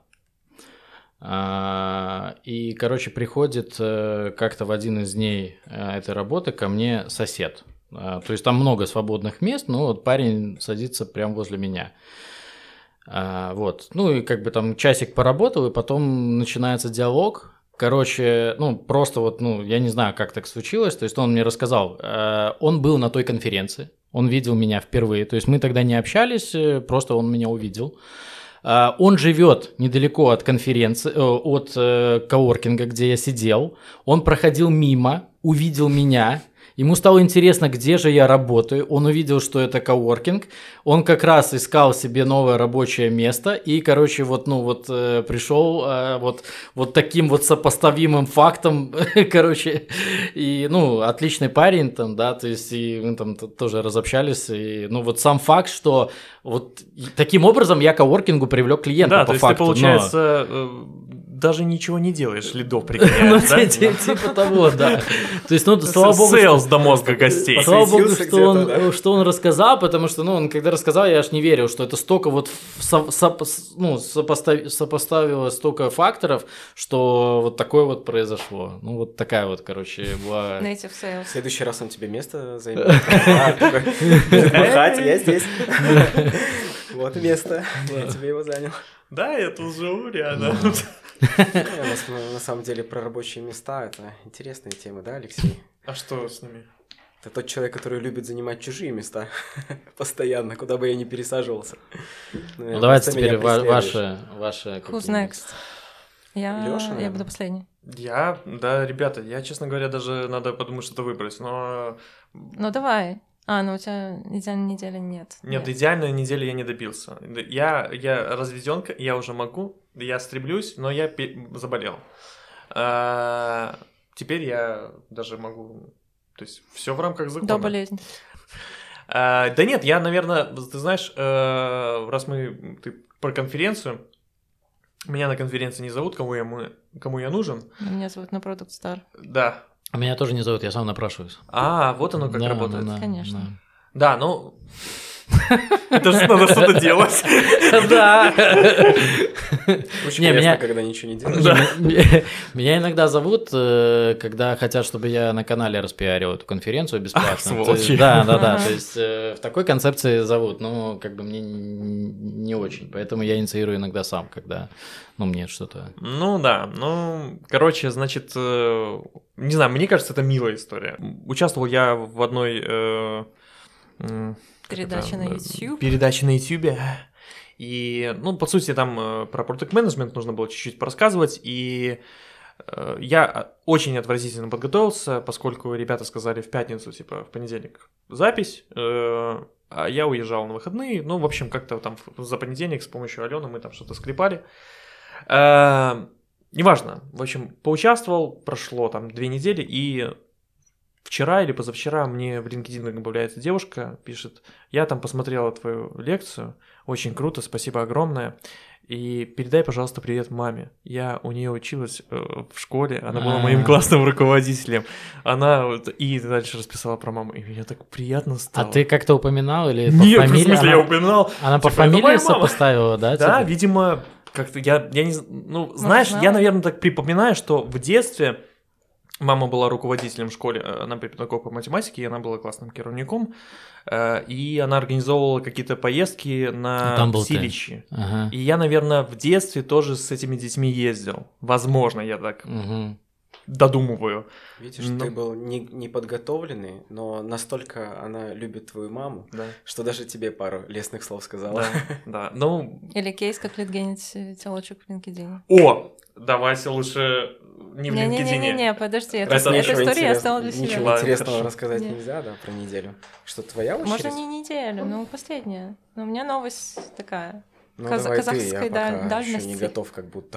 И, короче, приходит как-то в один из дней этой работы ко мне сосед. То есть там много свободных мест, но вот парень садится прямо возле меня. Вот. Ну и как бы там часик поработал, и потом начинается диалог. Короче, ну просто вот, ну я не знаю, как так случилось. То есть он мне рассказал, он был на той конференции, он видел меня впервые. То есть мы тогда не общались, просто он меня увидел. Он живет недалеко от конференции, от коворкинга, где я сидел. Он проходил мимо, увидел меня. Ему стало интересно, где же я работаю. Он увидел, что это коворкинг. Он как раз искал себе новое рабочее место. И, короче, вот, ну, вот пришел вот, вот таким вот сопоставимым фактом, короче. И, ну, отличный парень там, да, то есть, и мы там тоже разобщались. И, ну, вот сам факт, что вот таким образом я коворкингу привлек клиента, да, по то факту. есть ты, получается... Но... даже ничего не делаешь, лидов пригоняешь, да? Типа того, да. То есть, ну, слава богу... Сейлс до мозга гостей. Слава богу, что он, что он рассказал, потому что, ну, он когда рассказал, я аж не верил, что это столько вот со, со, ну, сопостав, сопоставило столько факторов, что вот такое вот произошло. Ну, вот такая вот, короче, была... Native sales. В следующий раз он тебе место займет. Махать, я здесь. Вот и место, я тебе его занял. Да, я тут живу рядом. На самом деле про рабочие места это интересная тема, да, Алексей? А что с ними? Это тот человек, который любит занимать чужие места постоянно, куда бы я ни пересаживался. Ну, давайте теперь ваше... ваше Who's next? Я, Лёша, я буду последний. Я, да, ребята, я, честно говоря, даже надо подумать, что-то выбрать, но... Ну, давай. А, ну у тебя идеальной недели нет. Нет, нет. Идеальной недели я не добился. Я, я разведёнка, я уже могу, я стремлюсь, но я пи- заболел. А, теперь я даже могу... То есть все в рамках закона. До болезни. А, да нет, я, наверное, ты знаешь, э, раз мы... Ты про конференцию... Меня на конференции не зовут, кому я, кому я нужен. Меня зовут на Product Star. Да. Меня тоже не зовут, я сам напрашиваюсь. А, вот оно как да, работает. Да, конечно. Да, да ну... Это же надо что-то делать. Да. Очень приятно, когда ничего не делаешь. Меня иногда зовут, когда хотят, чтобы я на канале распиарил эту конференцию бесплатно. Да, да, да. То есть в такой концепции зовут, но как бы мне не очень. Поэтому я инициирую иногда сам, когда ну мне что-то... Ну да, ну, короче, значит, не знаю, мне кажется, это милая история. Участвовал я в одной... Передача на YouTube. Передача на YouTube. И, ну, по сути, там э, про Product Management нужно было чуть-чуть порассказывать. И э, я очень отвратительно подготовился, поскольку ребята сказали в пятницу, типа, в понедельник запись, э, а я уезжал на выходные. Ну, в общем, как-то там за понедельник с помощью Алены мы там что-то склепали. Э, неважно. В общем, поучаствовал, прошло там две недели, и... Вчера или позавчера мне в LinkedIn добавляется девушка, пишет: я там посмотрела твою лекцию, очень круто, спасибо огромное, и передай, пожалуйста, привет маме. Я у нее училась э, в школе, она была моим классным руководителем, она вот, и дальше расписала про маму, и мне так приятно стало. А ты как-то упоминал или по Нет, фамилии? в смысле она... я упоминал. Она по типа, фамилии сопоставила, да? Да, тебе? видимо, как-то я, я не ну, знаешь, я, наверное, так припоминаю, что в детстве мама была руководителем в школе, она преподавала по математике, и она была классным керовником, и она организовывала какие-то поездки на селище. Ага. И я, наверное, в детстве тоже с этими детьми ездил. Возможно, я так угу. додумываю. Видишь, но... ты был не, не подготовленный, но настолько она любит твою маму, да. что даже тебе пару лестных слов сказала. Да, да. Ну... Или кейс, как литгенить телочек в LinkedIn. О! Давайте лучше не в LinkedIn. Не-не-не, подожди, это, эта история я оставила для себя. Ничего интересного Хорошо. рассказать Нет. нельзя, да, про неделю. Что, твоя очередь? Можно не неделю, ну, последняя. Но у меня новость такая. Ну, Каз- давай казахской ты, я пока дальности. еще не готов как будто.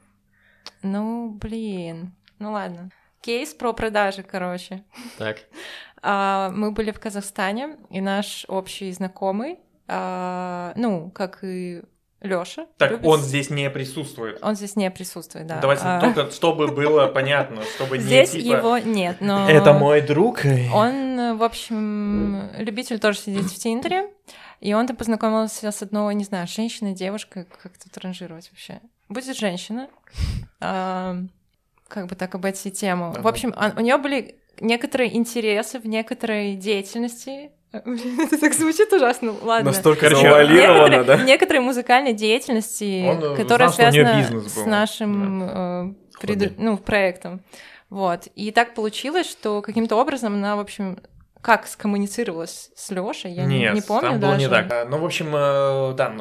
Ну, блин. Ну, ладно. Кейс про продажи, короче. Так. А, мы были в Казахстане, и наш общий знакомый, а, ну, как и Лёша. Так, любит... он здесь не присутствует. Он здесь не присутствует, да. Давайте а... только, чтобы было понятно, чтобы не Здесь типа... его нет, но... Это мой друг. Он, в общем, любитель тоже сидеть в Тиндере, и он там познакомился с одной, не знаю, женщиной, девушкой, как тут ранжировать вообще. Будет женщина, а, как бы так обойти тему. Ага. В общем, он, у нее были некоторые интересы в некоторой деятельности. Это так звучит ужасно, ладно. Настолько завуалировано, да? В некоторой музыкальной деятельности, Он которая знал, связана с нашим да. э, пред... ну, проектом. Вот. И так получилось, что каким-то образом она, в общем, как скоммуницировалась с Лёшей, я Нет, не, не помню там было даже. не так. Ну, в общем, да,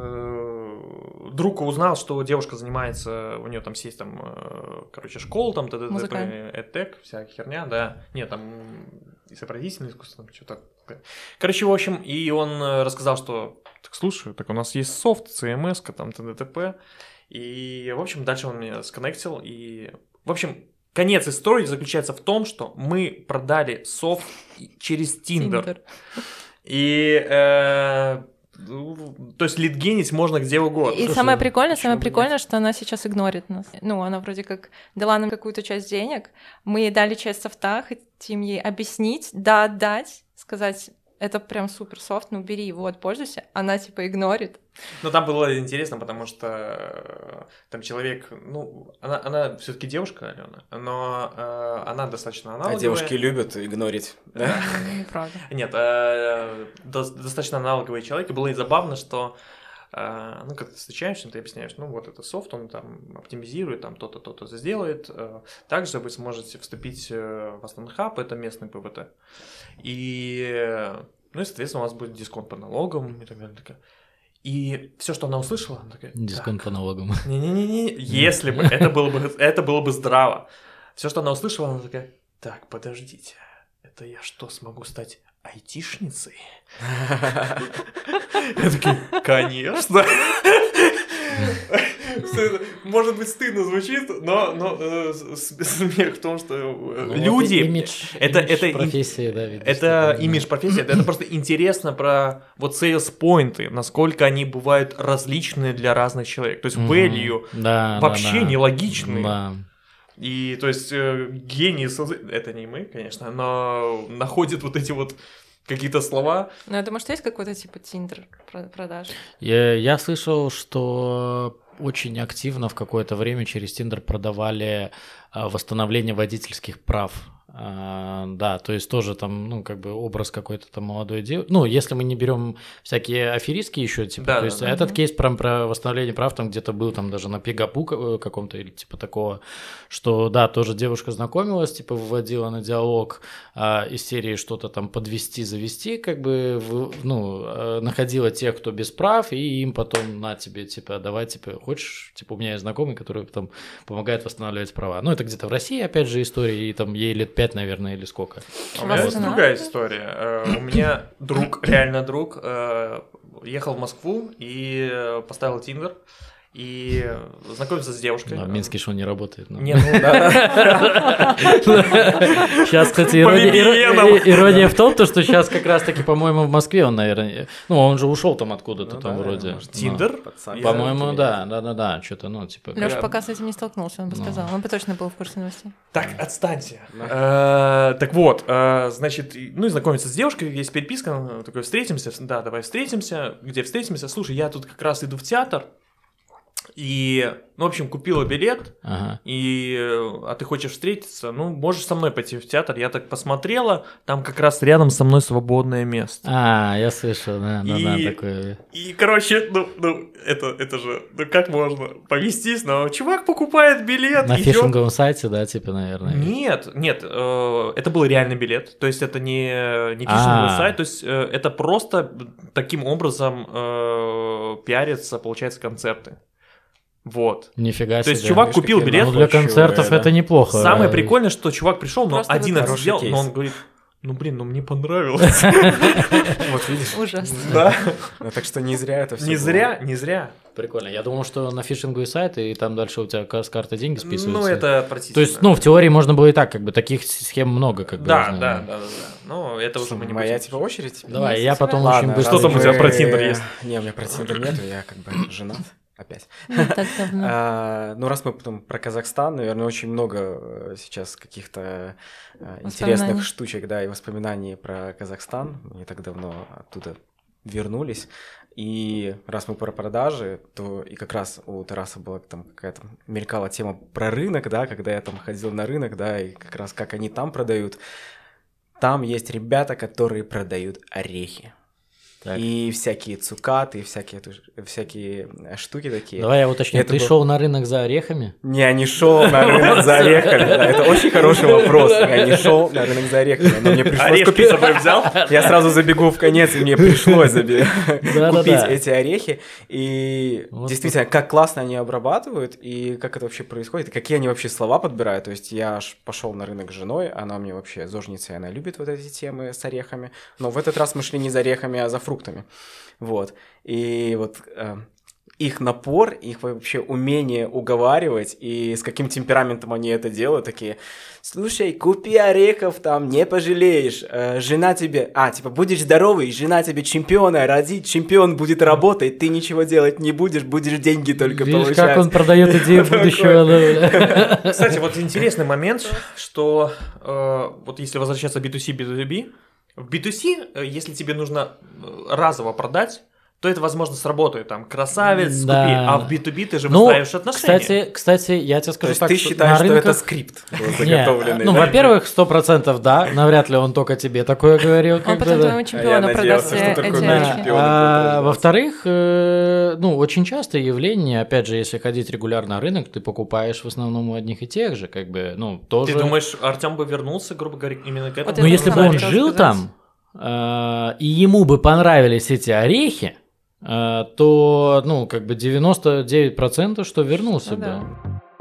друг узнал, что девушка занимается, у нее там есть там, короче, школа, там, эдтек, вся херня, да. Нет, там изобразительное искусство, там что-то. Короче, в общем, и он рассказал, что, так, слушай, так у нас есть софт, си эм эс, там, ТДТП, и, в общем, дальше он меня сконнектил, и, в общем, конец истории заключается в том, что мы продали софт через Tinder. И э, То есть лид-генить можно где угодно. И Слушай, самое прикольное, самое бы прикольное, что она сейчас игнорит нас. Ну, она вроде как дала нам какую-то часть денег, мы ей дали часть софта, хотим ей объяснить, да, отдать, сказать, это прям супер софт, ну бери, вот, пользуйся. Она типа игнорит. Ну, там было интересно, потому что там человек, ну, она, она все-таки девушка, Алена, но э, она достаточно аналоговая. А девушки любят игнорить, да? Неправда. Нет, э, до, достаточно аналоговый человек, и было и забавно, что э, ну, как ты встречаешься, ты объясняешь, ну, вот это софт, он там оптимизирует, там то-то, то-то сделает. Также вы сможете вступить в основной хаб, это местный ПВТ. И, ну, и, соответственно, у вас будет дисконт по налогам и так далее. И все, что она услышала, она такая... Дисконт по налогам. Не-не-не, если бы это было бы, это было бы здраво. Все, что она услышала, она такая, так, подождите, это я что, смогу стать айтишницей? Я такой, конечно. Может быть, стыдно звучит, но, но э, смех в том, что ну, люди... Вот имидж, это, имидж это, профессии, да, видишь, это имидж профессии, это, это просто интересно про вот sales-поинты, насколько они бывают различные для разных человек. То есть value да, вообще да, да. нелогичные. Да. И то есть э, гении, это не мы, конечно, но находят вот эти вот какие-то слова. Ну, я думаю, что есть какой-то типа Тиндер продаж. Я, я слышал, что очень активно в какое-то время через Тиндер продавали а, восстановление водительских прав. А, да, то есть тоже там, ну, как бы образ какой-то там молодой девушки. Ну, если мы не берем всякие аферистские еще, типа, да, то да, есть да, этот да. кейс про, про восстановление прав там где-то был там даже на Пегапу каком-то или типа такого, что, да, тоже девушка знакомилась, типа, выводила на диалог а, из серии что-то там подвести, завести, как бы, в, ну, находила тех, кто без прав, и им потом на тебе, типа, давай, типа, хочешь, типа, у меня есть знакомый, который там помогает восстанавливать права. Ну, это где-то в России, опять же, история, и там ей лет пять, наверное, или сколько. У меня есть другая история. У меня друг, реально друг, ехал в Москву и поставил Тиндер. И знакомиться с девушкой. Да, в Минске что не работает. Но... Не, ну да. Сейчас, кстати, ирония, ирония в том, что сейчас как раз-таки, по-моему, в Москве он, наверное... Ну, он же ушел там откуда-то, ну, там да, вроде. Тиндер? По-моему, да, да-да-да, что-то, ну, типа... Лёша пока с этим не столкнулся, он бы сказал. Он бы точно был в курсе новостей. Так, отстаньте. Так вот, значит, ну и знакомиться с девушкой, есть переписка, такой, встретимся, да, давай встретимся. Где встретимся? Слушай, я тут как раз иду в театр. И, ну, в общем, купила билет, ага. и, а ты хочешь встретиться, ну, можешь со мной пойти в театр. Я так посмотрела, там как раз рядом со мной свободное место. А, я слышал, да, да, и, да, такое. И, короче, ну, ну это, это же, ну, как можно повестись, но чувак покупает билет. На идёт... фишинговом сайте, да, типа, наверное. Нет, нет, э, это был реальный билет, то есть это не, не фишинговый А-а-а. сайт, то есть э, это просто таким образом э, пиарятся, получается, концерты. Вот. Нифига себе. То есть чувак купил билет. Ну, для концертов да. это неплохо. Самое прикольное, что чувак пришел, но Просто один вот это сделал, кейс. но он говорит, ну блин, ну мне понравилось. Вот видишь? Ужасно. Да. Так что не зря это все. Не зря, не зря. Прикольно. Я думал, что на фишинговый сайт, и там дальше у тебя с карты деньги списываются. Ну это отвратительно. То есть, ну, в теории можно было и так, как бы, таких схем много, как бы. Да, да, да, да, да. Ну, это уже мы не Моя будем. типа очередь? Давай, Есть я у тебя? потом Ладно, очень быстро... Что там у тебя про Тиндер есть? Не, у меня про Тиндер нету, я как бы женат. Опять. Не так давно. А, ну, раз мы потом про Казахстан, наверное, очень много э, сейчас каких-то э, Воспоминаний. интересных штучек, да, и воспоминаний про Казахстан. Мы не так давно оттуда вернулись. И раз мы про продажи, то и как раз у Тараса была там какая-то мелькала тема про рынок, да, когда я там ходил на рынок, да, и как раз как они там продают. Там есть ребята, которые продают орехи. Так. И всякие цукаты, и всякие, всякие штуки такие. Давай я уточню, Это ты был- шел на рынок за орехами? Не, я не шел на рынок за орехами. Да, это очень хороший вопрос. Я не шел на рынок за орехами, но мне пришлось Орешки купить. с собой взял? Я сразу забегу в конец, и мне пришлось заби- Да-да-да. купить эти орехи. И Вот действительно, как классно они обрабатывают, и как это вообще происходит, и какие они вообще слова подбирают. То есть я аж пошел на рынок с женой, она мне вообще зожница, и она любит вот эти темы с орехами. Но в этот раз мы шли не за орехами, а за фруктами. Вот. И вот... э, их напор, их вообще умение уговаривать, и с каким темпераментом они это делают, такие, слушай, купи орехов там, не пожалеешь, э, жена тебе, а, типа, будешь здоровый, жена тебе чемпиона родит, чемпион будет работать, ты ничего делать не будешь, будешь деньги только Видишь, получать. как он продает идею будущего. Кстати, вот интересный момент, что э, вот если возвращаться к би ту си, би ту би, в би ту си, э, если тебе нужно разово продать, то это, возможно, сработает, там, красавец, Да. купи, а в би ту би ты же Ну, выстраиваешь отношения. Кстати, кстати, я тебе То скажу есть так, ты что считаешь, на что это рынках- скрипт был Не, заготовленный? ну, да? во-первых, сто процентов да, навряд ли он только тебе такое говорил. Он как бы, потом да. твоему чемпиону Я продаст надеялся, что э- такое эти да. орехи. чемпион. А, будет во-вторых, э, ну, очень частое явление, опять же, если ходить регулярно на рынок, ты покупаешь в основном у одних и тех же, как бы, ну, тоже... Ты думаешь, Артем бы вернулся, грубо говоря, именно к этому? Вот Ну, это если бы самое он хотела жил сказать. там, э, и ему бы понравились эти орехи, э, то, ну, как бы девяносто девять процентов, что вернулся Ну бы. да.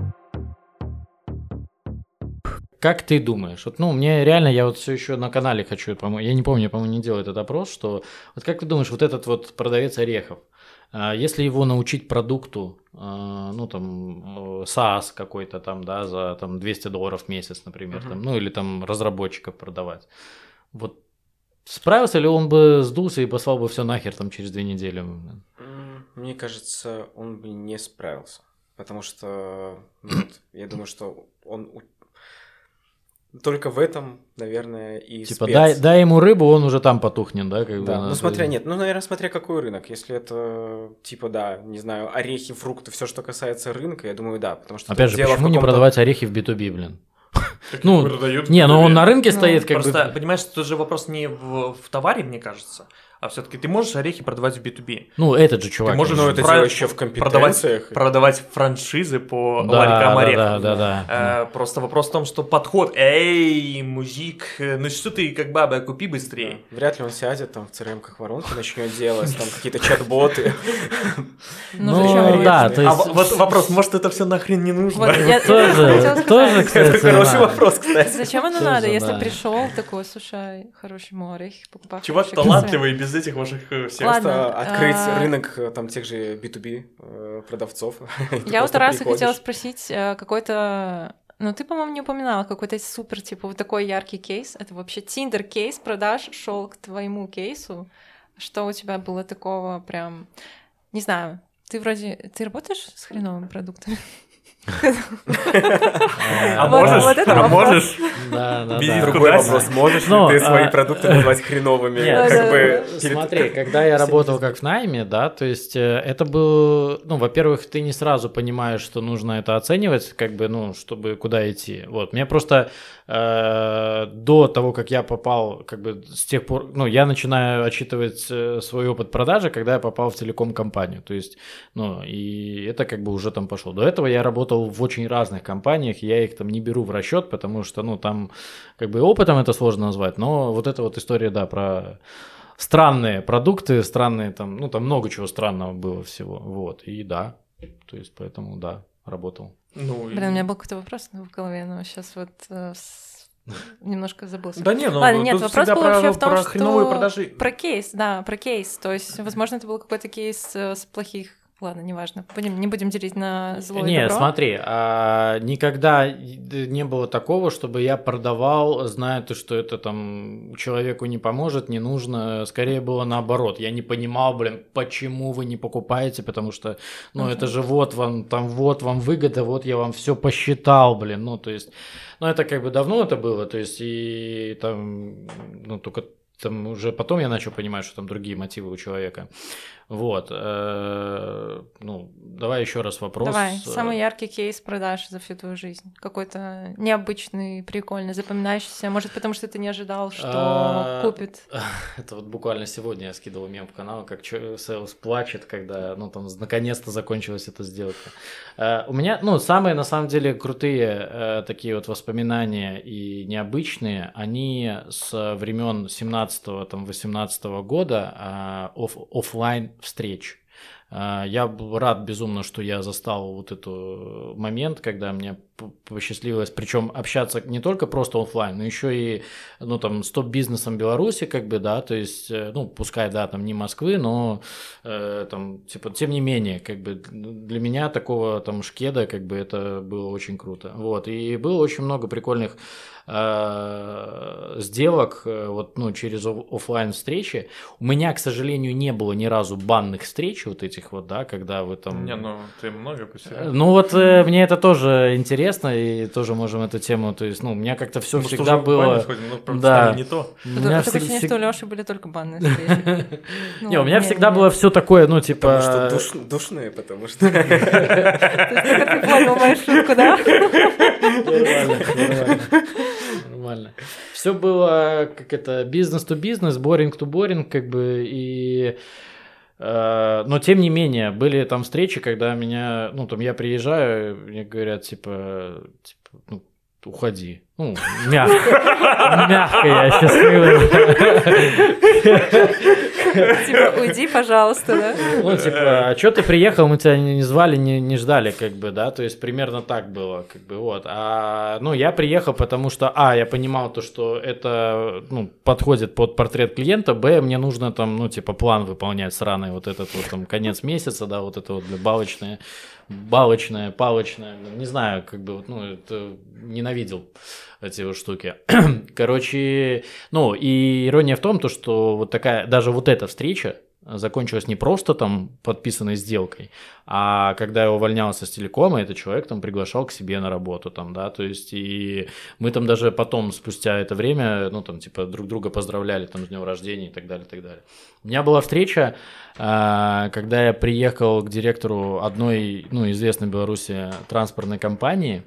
Как ты думаешь? Вот, ну, мне реально, я вот все еще на канале хочу, по-моему, я не помню, я, по-моему, не делал этот опрос, что вот как ты думаешь, вот этот вот продавец орехов, а, если его научить продукту, а, ну, там, SaaS какой-то там, да, за там двести долларов в месяц, например, Мгм. там, ну, или там разработчиков продавать, вот справился ли он бы, сдулся и послал бы все нахер там через две недели? М, Мне кажется, он бы не справился, потому что ну, вот, я думаю, что он у- только в этом, наверное, и Типа, спец. дай, дай ему рыбу, он уже там потухнет, да? Как бы, Да, на- ну смотря, нет, ну, наверное, смотря какой рынок. Если это, типа, да, не знаю, орехи, фрукты, все, что касается рынка, я думаю, да, потому что... Опять тут же, дело в почему не каком-то- продавать орехи в би ту би, блин? Так Ну, продают Не, ну в он на рынке Ну, стоит как Просто, бы... понимаешь, тут же вопрос не в, в товаре, мне кажется, а все-таки ты можешь орехи продавать в би ту би. Ну, этот же чувак. Ты можешь Ну, это про- дело еще в продавать, компетенциях. продавать франшизы по Да, ларькам да, орехов. да, да, да. Э, Просто вопрос в том, что подход, эй, мужик, э, ну что ты как баба, купи быстрее. Вряд ли он сядет там в си эр эм-ках воронки, начнет делать там какие-то чат-боты. Ну, Ну, зачем да, орехи? то А есть... в- вот вопрос, может это все нахрен не нужно? Вот я- я Тоже, хотела сказать. тоже, кстати, Это хороший да. вопрос, кстати. Зачем оно Тоже, надо, если да. пришел такой, слушай, хороший мой орехи покупай. Чувак хорошие, красивые». талантливый, без этих ваших э, всех. Ладно. Просто открыть а- рынок э, там тех же би ту би э, продавцов. И ты Я вот просто раз и приходишь. хотела спросить э, какой-то... Ну, ты, по-моему, не упоминала какой-то супер, типа, вот такой яркий кейс. Это вообще Tinder кейс продаж шел к твоему кейсу. Что у тебя было такого прям... Не знаю, ты вроде... Ты работаешь с хреновыми продуктами? А Вот- можешь? вот это А вопрос. можешь? Да, да, Видишь, да. Другой Куда вопрос, можешь Ну, ли ты свои а- продукты назвать хреновыми? Нет, Как да, бы да. перед- Смотри, когда я работал как в найме, да, то есть э, это был, ну, во-первых, ты не сразу понимаешь, что нужно это оценивать, как бы, ну, чтобы куда идти. Вот, мне просто э, до того, как я попал, как бы, с тех пор, ну, я начинаю отчитывать э, свой опыт продажи, когда я попал в телеком-компанию, то есть, ну, и это как бы уже там пошло. До этого я работал в очень разных компаниях, я их там не беру в расчет, потому что, ну, там, как бы, опытом это сложно назвать, но вот эта вот история, да, про странные продукты, странные там, ну, там много чего странного было всего, вот, и да, то есть, поэтому, да, работал. Ну, и- Блин, у меня был какой-то вопрос в голове, но сейчас вот э, с- немножко забылся. Да не, ну Ладно, нет, тут вопрос всегда был про, вообще в том, про что... хреновые продажи. Про кейс, да, про кейс. То есть, возможно, это был какой-то кейс э, с плохих... Ладно, неважно. Будем, не будем делить на зло и Не, добро. смотри, а, никогда не было такого, чтобы я продавал, зная то, что это там человеку не поможет, не нужно. Скорее было наоборот. Я не понимал, блин, почему вы не покупаете, потому что, ну, Мгм. это же вот вам, там, вот вам выгода, вот я вам все посчитал, блин. Ну, то есть, ну, это как бы давно это было, то есть, и там, ну, только там уже потом я начал понимать, что там другие мотивы у человека. Вот. э, Ну, давай еще раз вопрос. Давай, самый яркий кейс продаж за всю твою жизнь. Какой-то необычный, прикольный, запоминающийся. Может, потому что ты не ожидал, что А, купит. Это вот буквально сегодня я скидывал мем в канал, как Sales плачет, когда, ну, там, наконец-то закончилась эта сделка. Э, У меня, ну, самые, на самом деле, крутые э, такие вот воспоминания и необычные, они с времен семнадцатого, там, восемнадцатого года, а, оф- оффлайн встреч. Я рад безумно, что я застал вот этот момент, когда мне посчастливилось, причем общаться не только просто офлайн, но еще и, ну, там, с топ-бизнесом Беларуси, как бы, да, то есть, ну, пускай, да, там, не Москвы, но, э, там, типа, тем не менее, как бы, для меня такого, там, шкеда, как бы, это было очень круто, вот, и было очень много прикольных сделок вот, ну, через офлайн встречи. У меня, к сожалению, не было ни разу банных встреч вот этих вот, да, когда вы там... Не, ну ты много потерял. Ну вот э, мне это тоже интересно, и тоже можем эту тему, то есть, ну, у меня как-то все ну, всегда было... Сходим, ну, да. Не то. Это ощущение, что у Лёши были только банные встречи. Не, у меня всегда было все такое, ну, типа... Потому что душные, потому что... Ты понял мою шутку, да? Нормально. Все было как это бизнес-то-бизнес, боринг-то-боринг, как бы, и... Э, но тем не менее, были там встречи, когда меня, ну, там я приезжаю, мне говорят, типа, типа ну, уходи. Ну, мягко. Мягко я счастливый. Типа, уйди, пожалуйста, да? Ну, типа, а что ты приехал, мы тебя не звали, не, не ждали, как бы, да, то есть примерно так было, как бы, вот. А, ну, я приехал, потому что, а, я понимал то, что это, ну, подходит под портрет клиента, б, мне нужно там, ну, типа, план выполнять сраный, вот этот вот там конец месяца, да, вот это вот балочное, балочное, палочное, не знаю, как бы, вот, ну, это ненавидел эти вот штуки. Короче, ну, и ирония в том, то, что вот такая, даже вот эта встреча закончилась не просто там подписанной сделкой, а когда я увольнялся с телекома, этот человек там приглашал к себе на работу, там, да, то есть, и мы там даже потом, спустя это время, ну, там, типа, друг друга поздравляли там с днем рождения и так далее, и так далее. У меня была встреча, когда я приехал к директору одной, ну, известной в Беларуси транспортной компании,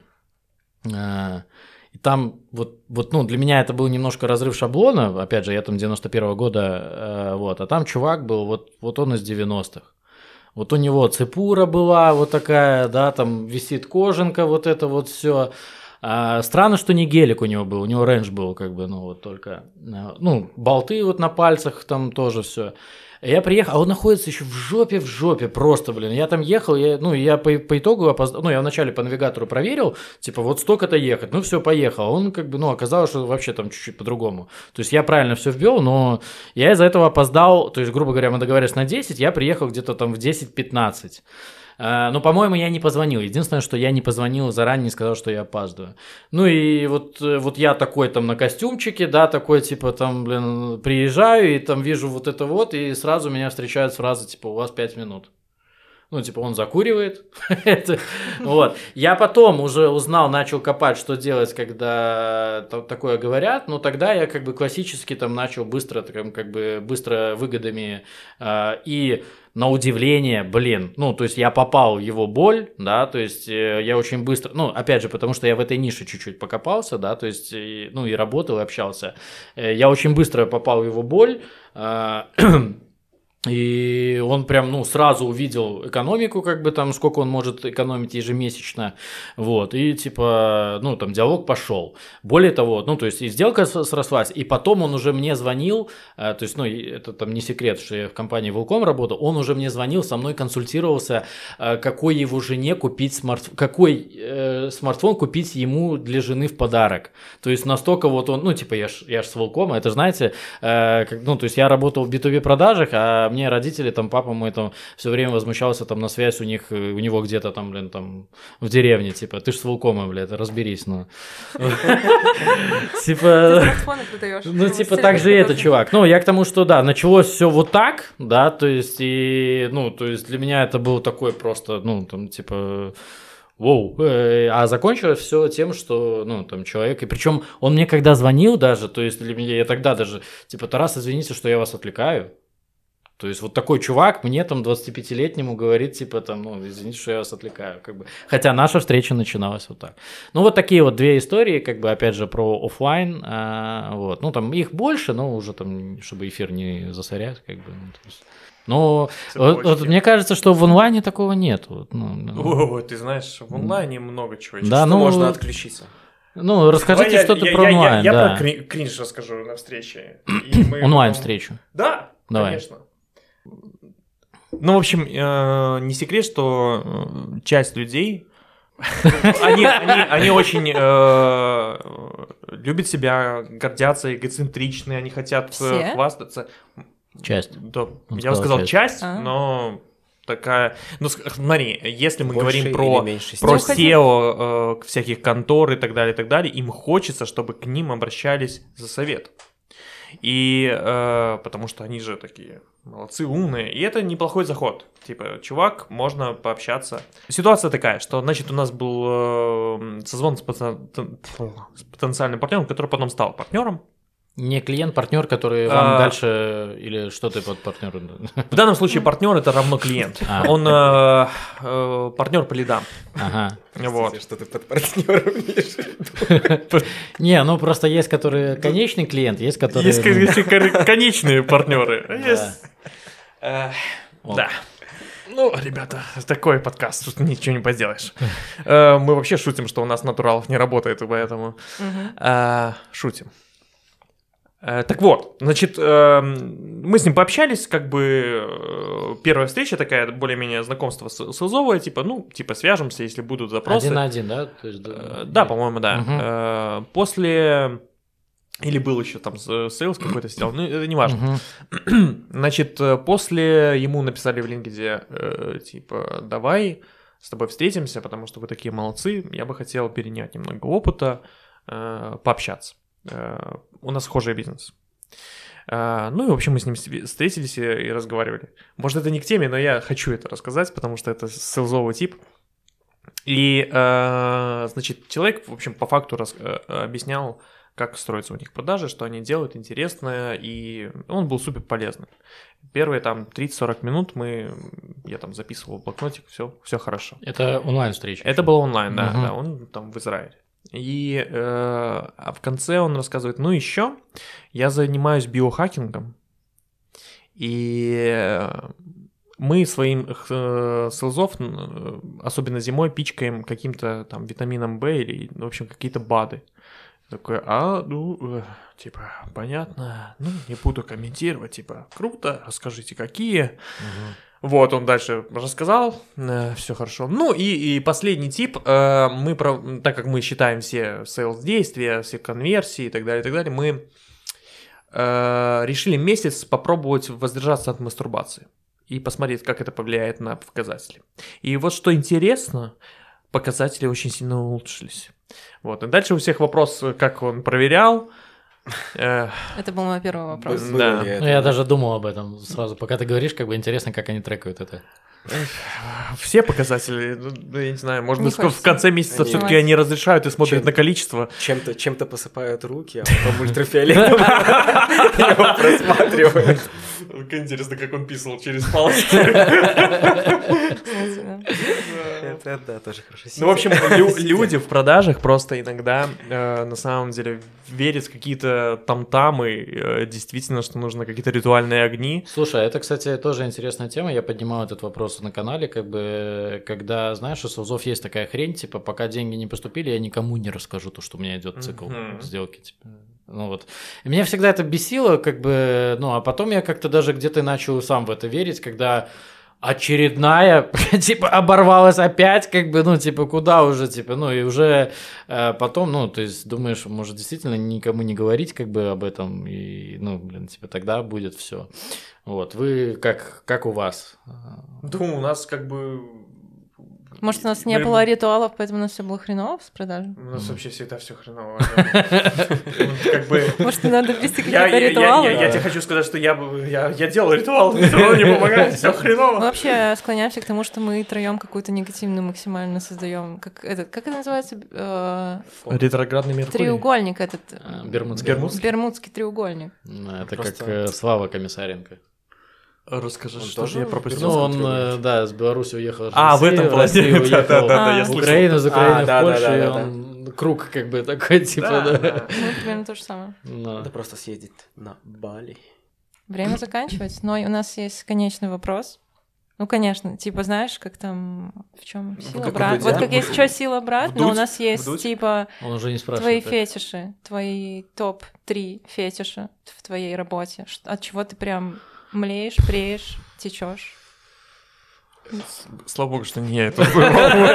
и там вот, вот, ну, для меня это был немножко разрыв шаблона, опять же, я там девяносто первого года, э, вот, а там чувак был, вот, вот он из девяностых. Вот у него цепура была вот такая, да, там висит кожанка, вот это вот все. А, странно, что не гелик у него был, у него рейндж был, как бы, ну, вот только, ну, болты вот на пальцах, там тоже все. Я приехал, а он находится еще в жопе, в жопе, просто, блин. Я там ехал, я, ну, я по, по итогу опоздал, ну, я вначале по навигатору проверил, типа, вот столько-то ехать, ну, все, поехал. Он, как бы, ну, оказалось, что вообще там чуть-чуть по-другому. То есть я правильно все ввел, но я из-за этого опоздал, то есть, грубо говоря, мы договорились на десять, я приехал где-то там в десять пятнадцать. Ну, по-моему, я не позвонил. Единственное, что я не позвонил заранее, не сказал, что я опаздываю. Ну, и вот, вот я такой там на костюмчике, да, такой, типа, там, блин, приезжаю и там вижу вот это вот, и сразу меня встречают с фразой, типа, у вас пять минут. Ну, типа, он закуривает. Вот. Я потом уже узнал, начал копать, что делать, когда такое говорят, но тогда я как бы классически там начал быстро, как бы быстро выгодами и на удивление, блин, ну, то есть я попал в его боль, да, то есть я очень быстро, ну, опять же, потому что я в этой нише чуть-чуть покопался, да, то есть, и, ну, и работал, и общался, я очень быстро попал в его боль, и он прям, ну, сразу увидел экономику, как бы там, сколько он может экономить ежемесячно, вот, и типа, ну, там, диалог пошел. Более того, ну, то есть, и сделка срослась, и потом он уже мне звонил, то есть, ну, это там не секрет, что я в компании Волком работал, он уже мне звонил, со мной консультировался, какой его жене купить смартфон, какой э, смартфон купить ему для жены в подарок. То есть, настолько вот он, ну, типа, я ж, я ж с Волкома, это, знаете, э, как, ну, то есть, я работал в би ту би продажах, а мне родители, там, папа мой там все время возмущался там на связь у них, у него где-то там, блин, там в деревне, типа, ты ж с Волкома, блядь, разберись, ну. Типа, ну, типа, так же и это, чувак. Ну, я к тому, что, да, началось все вот так, да, то есть, и, ну, то есть, для меня это был такой просто, ну, там, типа... Воу, а закончилось все тем, что, ну, там, человек, и причем он мне когда звонил даже, то есть, для меня, я тогда даже, типа, Тарас, извините, что я вас отвлекаю. То есть вот такой чувак мне там двадцатипятилетнему говорит, типа там, ну, извините, что я вас отвлекаю, как бы. Хотя наша встреча начиналась вот так. Ну, вот такие вот две истории, как бы, опять же, про офлайн, а, вот. Ну, там их больше, но уже там, чтобы эфир не засорять, как бы, ну, то есть... Но вот, вот мне кажется, что в онлайне такого нет. Вот, ну, ну. О, ты знаешь, в онлайне много чего. Да, что ну, можно отключиться. Ну, расскажите Давай что-то я, про я, онлайн. Я, я, да. я про кринж расскажу на встрече. Онлайн-встречу. Да, Давай. конечно. Ну, в общем, э, не секрет, что э, часть людей, они, они, они очень э, любят себя, гордятся, эгоцентричные, они хотят Все? хвастаться. Часть. Да, Он я бы сказал сказал часть. часть, А. но такая... Ну, с- смотри, если мы Больше говорим или про, меньше про степени? сео э, всяких контор и так далее, и так далее, им хочется, чтобы к ним обращались за советом. И э, потому что они же такие молодцы, умные. И это неплохой заход. Типа, чувак, можно пообщаться. Ситуация такая, что, значит, у нас был э, созвон с, потен- с потенциальным партнером, который потом стал партнером. Не клиент-партнер, который вам А. дальше, или что ты под партнером? В данном случае партнер это равно клиент. А. Он э, э, партнер по лидам. Ага. Вот. Что ты под партнером имеешь в виду? Не, ну просто есть, которые конечный клиент, есть, которые... Есть, ну, конечно, кон- конечные партнеры. да. Есть. Э, Вот. Да. Ну, ребята, такой подкаст, тут ничего не поделаешь. Э, Мы вообще шутим, что у нас натуралов не работает, и поэтому Мгм. э, шутим. Э, Так вот, значит, э, мы с ним пообщались, как бы э, первая встреча такая, более-менее знакомство с- сылзовое, типа, ну, типа, свяжемся, если будут запросы. Один на один, да? То есть, Э, Да, по-моему, да. Мгм. Э, После... Или был еще там сейлс какой-то сделал, ну, это не важно. Мгм. Значит, э, после ему написали в LinkedIn, э, типа, давай с тобой встретимся, потому что вы такие молодцы, я бы хотел перенять немного опыта, э, пообщаться. Э, у нас схожий бизнес. Э, ну и, в общем, мы с ним с- встретились и, и разговаривали. Может, это не к теме, но я хочу это рассказать, потому что это сейлзовый тип. И, э, значит, человек, в общем, по факту рас- э, объяснял, как строятся у них продажи, что они делают интересное, и он был супер полезным. Первые там тридцать-сорок минут мы, я там записывал в блокнотик, все, все хорошо. Это онлайн-встреча. Это было онлайн, да, Мгм. да, он там в Израиле. И э, а в конце он рассказывает, ну еще я занимаюсь биохакингом, и э, мы своим э, селзов, э, особенно зимой, пичкаем каким-то там витамином В или, в общем, какие-то БАДы. Такой, а, ну, э, типа, понятно, ну, не буду комментировать, типа, круто, расскажите, какие. Мгм. Вот, он дальше рассказал, все хорошо. Ну и, и последний тип, э, мы, про- так как мы считаем все сейлс-действия, все конверсии и так далее, и так далее, мы э, решили месяц попробовать воздержаться от мастурбации и посмотреть, как это повлияет на показатели. И вот что интересно, показатели очень сильно улучшились. Вот, и дальше у всех вопрос, как он проверял. Э, Это был мой первый вопрос. Было Да. ли это? Ну, я даже думал об этом сразу. Пока ты говоришь, как бы интересно, как они трекают это. Все показатели, ну, я не знаю, может Не быть, в хочется. конце месяца Они- все-таки они разрешают и смотрят Чем- на количество. Чем-то, чем-то посыпают руки, а потом ультрафиолетом его просматривают. Интересно, как он писал через палочку. Кстати, да. Это, да, тоже хорошо. Ну, в общем, лю- люди в продажах просто иногда э, на самом деле верят в какие-то там-тамы, э, действительно, что нужно какие-то ритуальные огни. Слушай, это, кстати, тоже интересная тема. Я поднимал этот вопрос на канале, как бы, когда, знаешь, у селзов есть такая хрень, типа, пока деньги не поступили, я никому не расскажу то, что у меня идет цикл Мгм. сделки, типа. Ну вот. И меня всегда это бесило, как бы, ну, а потом я как-то даже где-то начал сам в это верить, когда очередная, типа, оборвалась опять, как бы, ну, типа, куда уже, типа, ну, и уже э, потом, ну, то есть, думаешь, может, действительно никому не говорить, как бы, об этом, и, ну, блин, типа, тогда будет все. Вот, вы, как, как у вас? Думаю, у нас как бы... Может, у нас не Мы- было ритуалов, поэтому у нас все было хреново с продажей? У нас вообще всегда все хреново. Как бы... Может, надо ввести Я, какие-то я, я, ритуалы? я, я тебе хочу сказать, что я, бы- я, я делал ритуал, но все равно не помогает, все Мы хреново. вообще склоняемся к тому, что мы троем какую-то негативную максимально создаем. Как это, как это называется? Э, Ретроградный Меркурий. Треугольник этот. А, Бермудский. Бермудский? Бермудский треугольник. Ну, это Просто- как э, Слава Комиссаренко. Расскажи, Он что тоже же я в пропустил. Ну, Бермудском он, э, треугольнике? да, с Беларуси уехал. жить А, в Россию, этом плане. Россию Да, уехал да, да, А. я в слышал. Украину, из Украины А, в да, да, Польшу, да, и да, да. он круг как бы такой, типа, Да, да. да. Ну, примерно то же самое. Да. Надо просто съездить на Бали. Время заканчивать, но у нас есть конечный вопрос. Ну, конечно, типа, знаешь, как там, в чем сила как у брат? Дудя? Вот как есть что сила брат, но у Вдуть? нас есть, Вдуть? типа, Он уже не твои спрашивает. так. фетиши, твои топ три фетиша в твоей работе. Ш- От чего ты прям млеешь, преешь, течешь? Слава богу, что не я это был.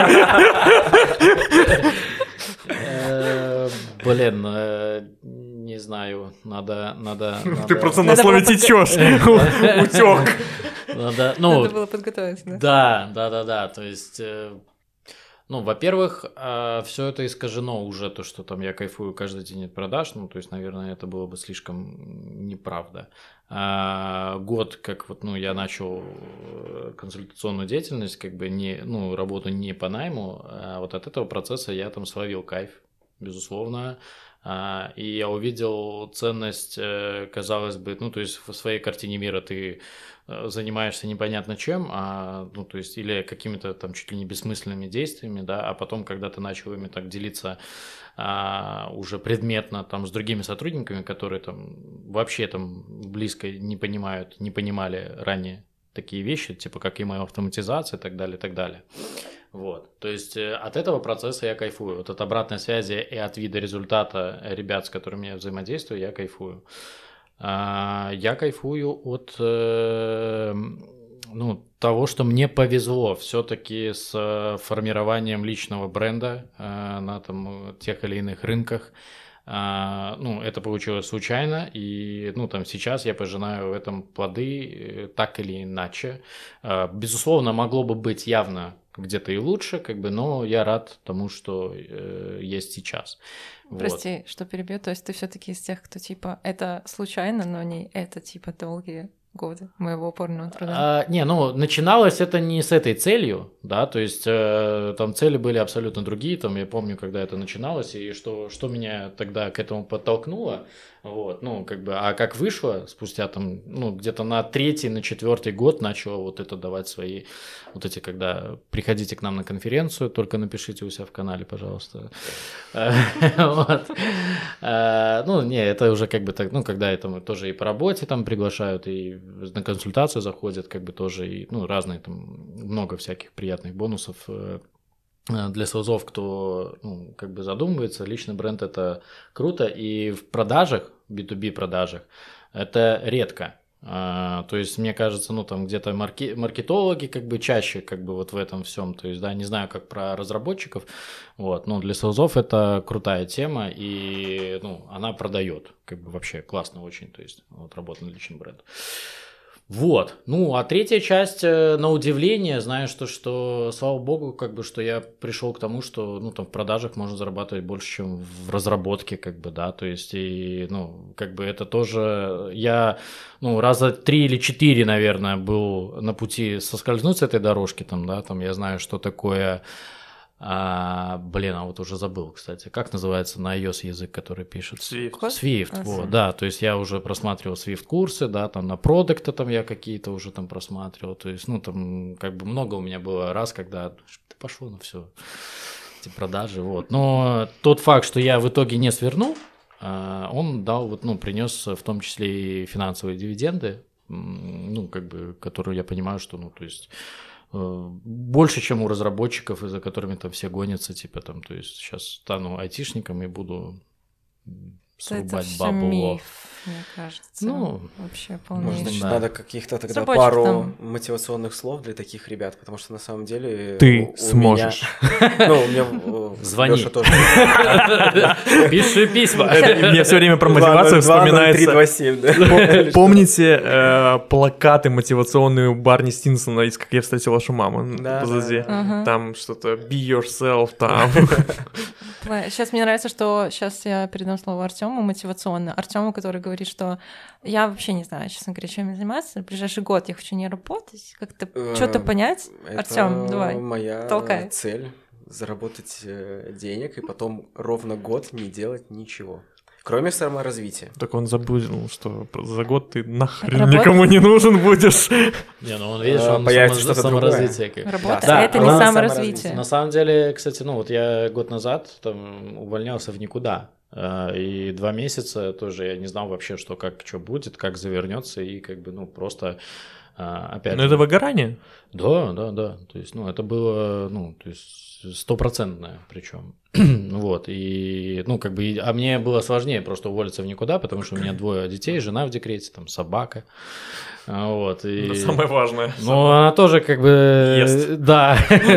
Блин, не знаю, надо... надо. Ты просто на слове течешь, утек. Надо было подготовиться, да? Да, да, да, да, то есть... Ну, во-первых, все это искажено уже, то, что там я кайфую каждый день от продаж, ну, то есть, наверное, это было бы слишком неправда. А год, как вот, ну, я начал консультационную деятельность, как бы не, ну, работу не по найму, а вот от этого процесса я там словил кайф, безусловно. И я увидел ценность, казалось бы, ну, то есть в своей картине мира ты занимаешься непонятно чем, а, ну, то есть или какими-то там чуть ли не бессмысленными действиями, да, а потом, когда ты начал ими так делиться а, уже предметно там с другими сотрудниками, которые там вообще там близко не понимают, не понимали ранее такие вещи, типа как email автоматизация и так далее, и так далее. Вот, то есть от этого процесса я кайфую, вот от обратной связи и от вида результата ребят, с которыми я взаимодействую, я кайфую. Я кайфую от ну, того, что мне повезло все-таки с формированием личного бренда на там, тех или иных рынках. Ну, это получилось случайно, и ну, там, сейчас я пожинаю в этом плоды так или иначе. Безусловно, могло бы быть явно где-то и лучше, как бы, но я рад тому, что э, есть сейчас. Прости, вот. Что перебью, то есть ты все-таки из тех, кто типа это случайно, но не это типа долгие годы моего упорного труда. А, не, ну начиналось это не с этой целью, да, то есть э, там цели были абсолютно другие, там я помню, когда это начиналось и что что меня тогда к этому подтолкнуло. Вот, ну, как бы, а как вышло, спустя там, ну, где-то на третий, на четвертый год начало вот это давать свои, вот эти, когда приходите к нам на конференцию, только напишите у себя в канале, пожалуйста. Ну, не, это уже как бы так, ну, когда это тоже и по работе там приглашают, и на консультацию заходят, как бы тоже, и, ну, разные там, много всяких приятных бонусов. Для селзов, кто ну, как бы задумывается, личный бренд – это круто, и в продажах, би ту би продажах, это редко. А, то есть, мне кажется, ну там где-то марки- маркетологи как бы чаще как бы вот в этом всем, то есть, да, не знаю, как про разработчиков, вот, но для селзов это крутая тема, и, ну, она продает, как бы вообще классно очень, то есть, вот, работа над личным брендом. Вот, ну, а третья часть, на удивление, знаешь, что, что, слава богу, как бы, что я пришел к тому, что, ну, там, в продажах можно зарабатывать больше, чем в разработке, как бы, да, то есть, и, ну, как бы, это тоже, я, ну, раза три или четыре, наверное, был на пути соскользнуть с этой дорожки, там, да, там, я знаю, что такое... А, блин, а вот уже забыл, кстати, как называется на iOS язык, который пишет? Swift. Swift, а, вот, да, то есть я уже просматривал Swift курсы, да, там на продукты там я какие-то уже там просматривал, то есть, ну, там как бы много у меня было раз, когда ты пошел на все эти продажи, вот, но тот факт, что я в итоге не свернул, он дал, вот, ну, принес в том числе и финансовые дивиденды, ну, как бы, которые я понимаю, что, ну, то есть... больше, чем у разработчиков, и за которыми там все гонятся, типа там, то есть сейчас стану айтишником и буду срубать это бабло. Миф, мне кажется. Ну, вообще может, полнейший. значит, да. надо каких-то тогда Разработчик пару там. мотивационных слов для таких ребят, потому что на самом деле Ты у, у сможешь. Меня, ну, у меня Звони. Лёша тоже. Пиши письма. Мне все время про мотивацию вспоминается. Помните плакаты мотивационные у Барни Стинсона из «Как я встретил вашу маму» позади? Там что-то «Be yourself», там. Сейчас мне нравится, что сейчас я передам слово Артему мотивационно. Артему, который говорит, что я вообще не знаю, честно говоря, чем заниматься. В ближайший год я хочу не работать, как-то что-то понять. Артем, давай. Это моя толкай. цель — заработать денег и потом ровно год не делать ничего. Кроме саморазвития. Так он забыл, что за год ты нахрен Работа? никому не нужен будешь. Не, ну он, видишь, А, он появится само- что-то саморазвитие. как- Работа, Да, а это не но- саморазвитие. На самом деле, кстати, ну вот я год назад там увольнялся в никуда. э, И два месяца тоже я не знал вообще, что как, что будет, как завернется, и как бы, ну, просто А, опять Но же, это выгорание? Да, да, да. То есть, ну, это было, ну, то есть стопроцентное причем. Вот, и, ну, как бы, а мне было сложнее просто уволиться в никуда, потому что у меня двое детей, жена в декрете, там, собака. Вот, и... Это самое важное. Ну, она тоже как бы... Ест. Да.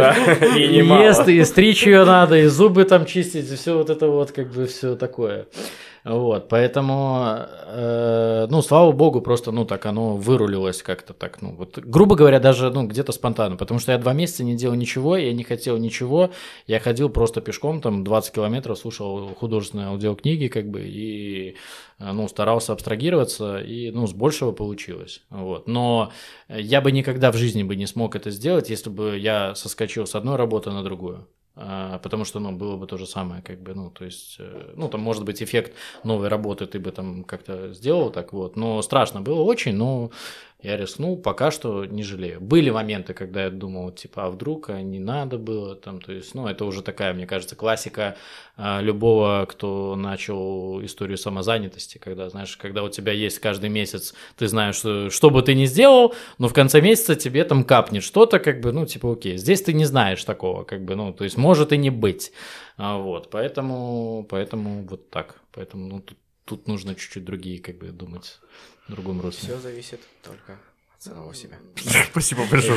И И немало. ест, и стричь ее надо, и зубы там чистить, и все вот это вот, как бы, все такое. Вот, поэтому, э, ну, слава богу, просто, ну, так оно вырулилось как-то так, ну, вот, грубо говоря, даже, ну, где-то спонтанно, потому что я два месяца не делал ничего, я не хотел ничего, я ходил просто пешком, там, двадцать километров, слушал художественные аудиокниги, как бы, и, ну, старался абстрагироваться, и, ну, с большего получилось, вот, но я бы никогда в жизни бы не смог это сделать, если бы я соскочил с одной работы на другую. А, потому что, ну, было бы то же самое, как бы, ну, то есть, э, ну, там, может быть, эффект новой работы ты бы там как-то сделал так вот, но страшно было очень, но я рискнул, пока что не жалею. Были моменты, когда я думал, типа, а вдруг, а не надо было, там, то есть, ну, это уже такая, мне кажется, классика а, любого, кто начал историю самозанятости, когда, знаешь, когда у тебя есть каждый месяц, ты знаешь, что, что бы ты ни сделал, но в конце месяца тебе там капнет что-то, как бы, ну, типа, окей, здесь ты не знаешь такого, как бы, ну, то есть, может и не быть, а, вот, поэтому, поэтому вот так, поэтому, ну, тут, тут нужно чуть-чуть другие, как бы, думать в другом русле. Все зависит только от самого себя. Спасибо большое.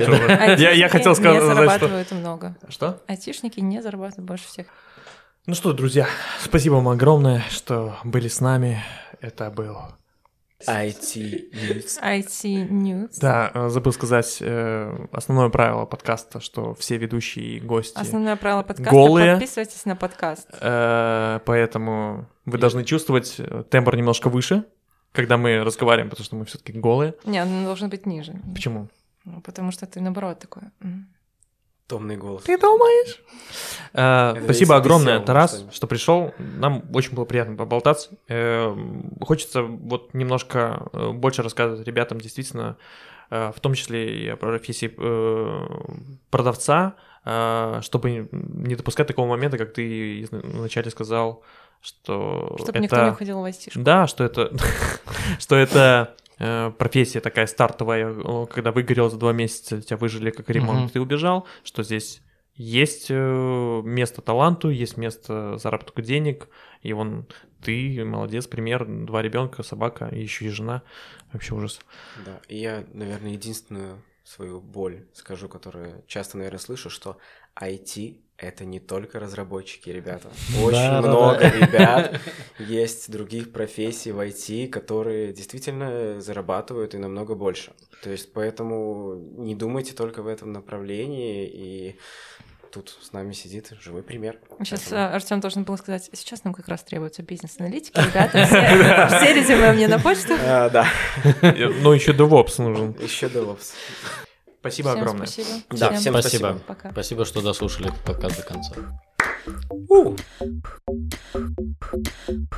Я я хотел не сказать, что... зарабатывают много. Что? Айтишники не зарабатывают больше всех. Ну что, друзья, спасибо вам огромное, что были с нами. Это был... ай ти News. ай ти News. Да, э, забыл сказать э, основное правило подкаста, что все ведущие и гости Основное правило подкаста — голые. подписывайтесь на подкаст. Э, поэтому вы должны чувствовать э, тембр немножко выше, когда мы разговариваем, потому что мы все-таки голые. Не, он должен быть ниже. Почему? Ну, потому что ты, наоборот, такой... м. Томный голос. Ты думаешь? Э, Это спасибо если огромное, весёлый, Тарас, что ли. что пришел. Нам очень было приятно поболтаться. Э, хочется вот немножко э, больше рассказывать ребятам, действительно, э, в том числе и о профессии э, продавца, э, чтобы не допускать такого момента, как ты изна- вначале сказал, что Чтобы это... никто не уходил в айтишку. Да, что это, что это э, профессия такая стартовая, э, когда выгорел за два месяца, тебя выжили как ремонт, Мгм. ты убежал, что здесь есть э, место таланту, есть место заработку денег, и вон ты молодец, пример, два ребенка, собака, и еще и жена, вообще ужас. Да, и я, наверное, единственную свою боль скажу, которую часто, наверное, слышу, что ай ти — это не только разработчики, ребята. Очень Да, да, много да. ребят есть других профессий в ай ти, которые действительно зарабатывают и намного больше. То есть поэтому не думайте только в этом направлении, и тут с нами сидит живой пример. Сейчас Поэтому- Артем должен был сказать, сейчас нам как раз требуются бизнес-аналитики, ребята, все, все резюме мне на почту. А, да, Но еще DevOps нужен. еще DevOps. Спасибо Всем огромное. спасибо. Да, всем Спасибо. спасибо. Пока. Спасибо, что дослушали этот подкаст до конца. У.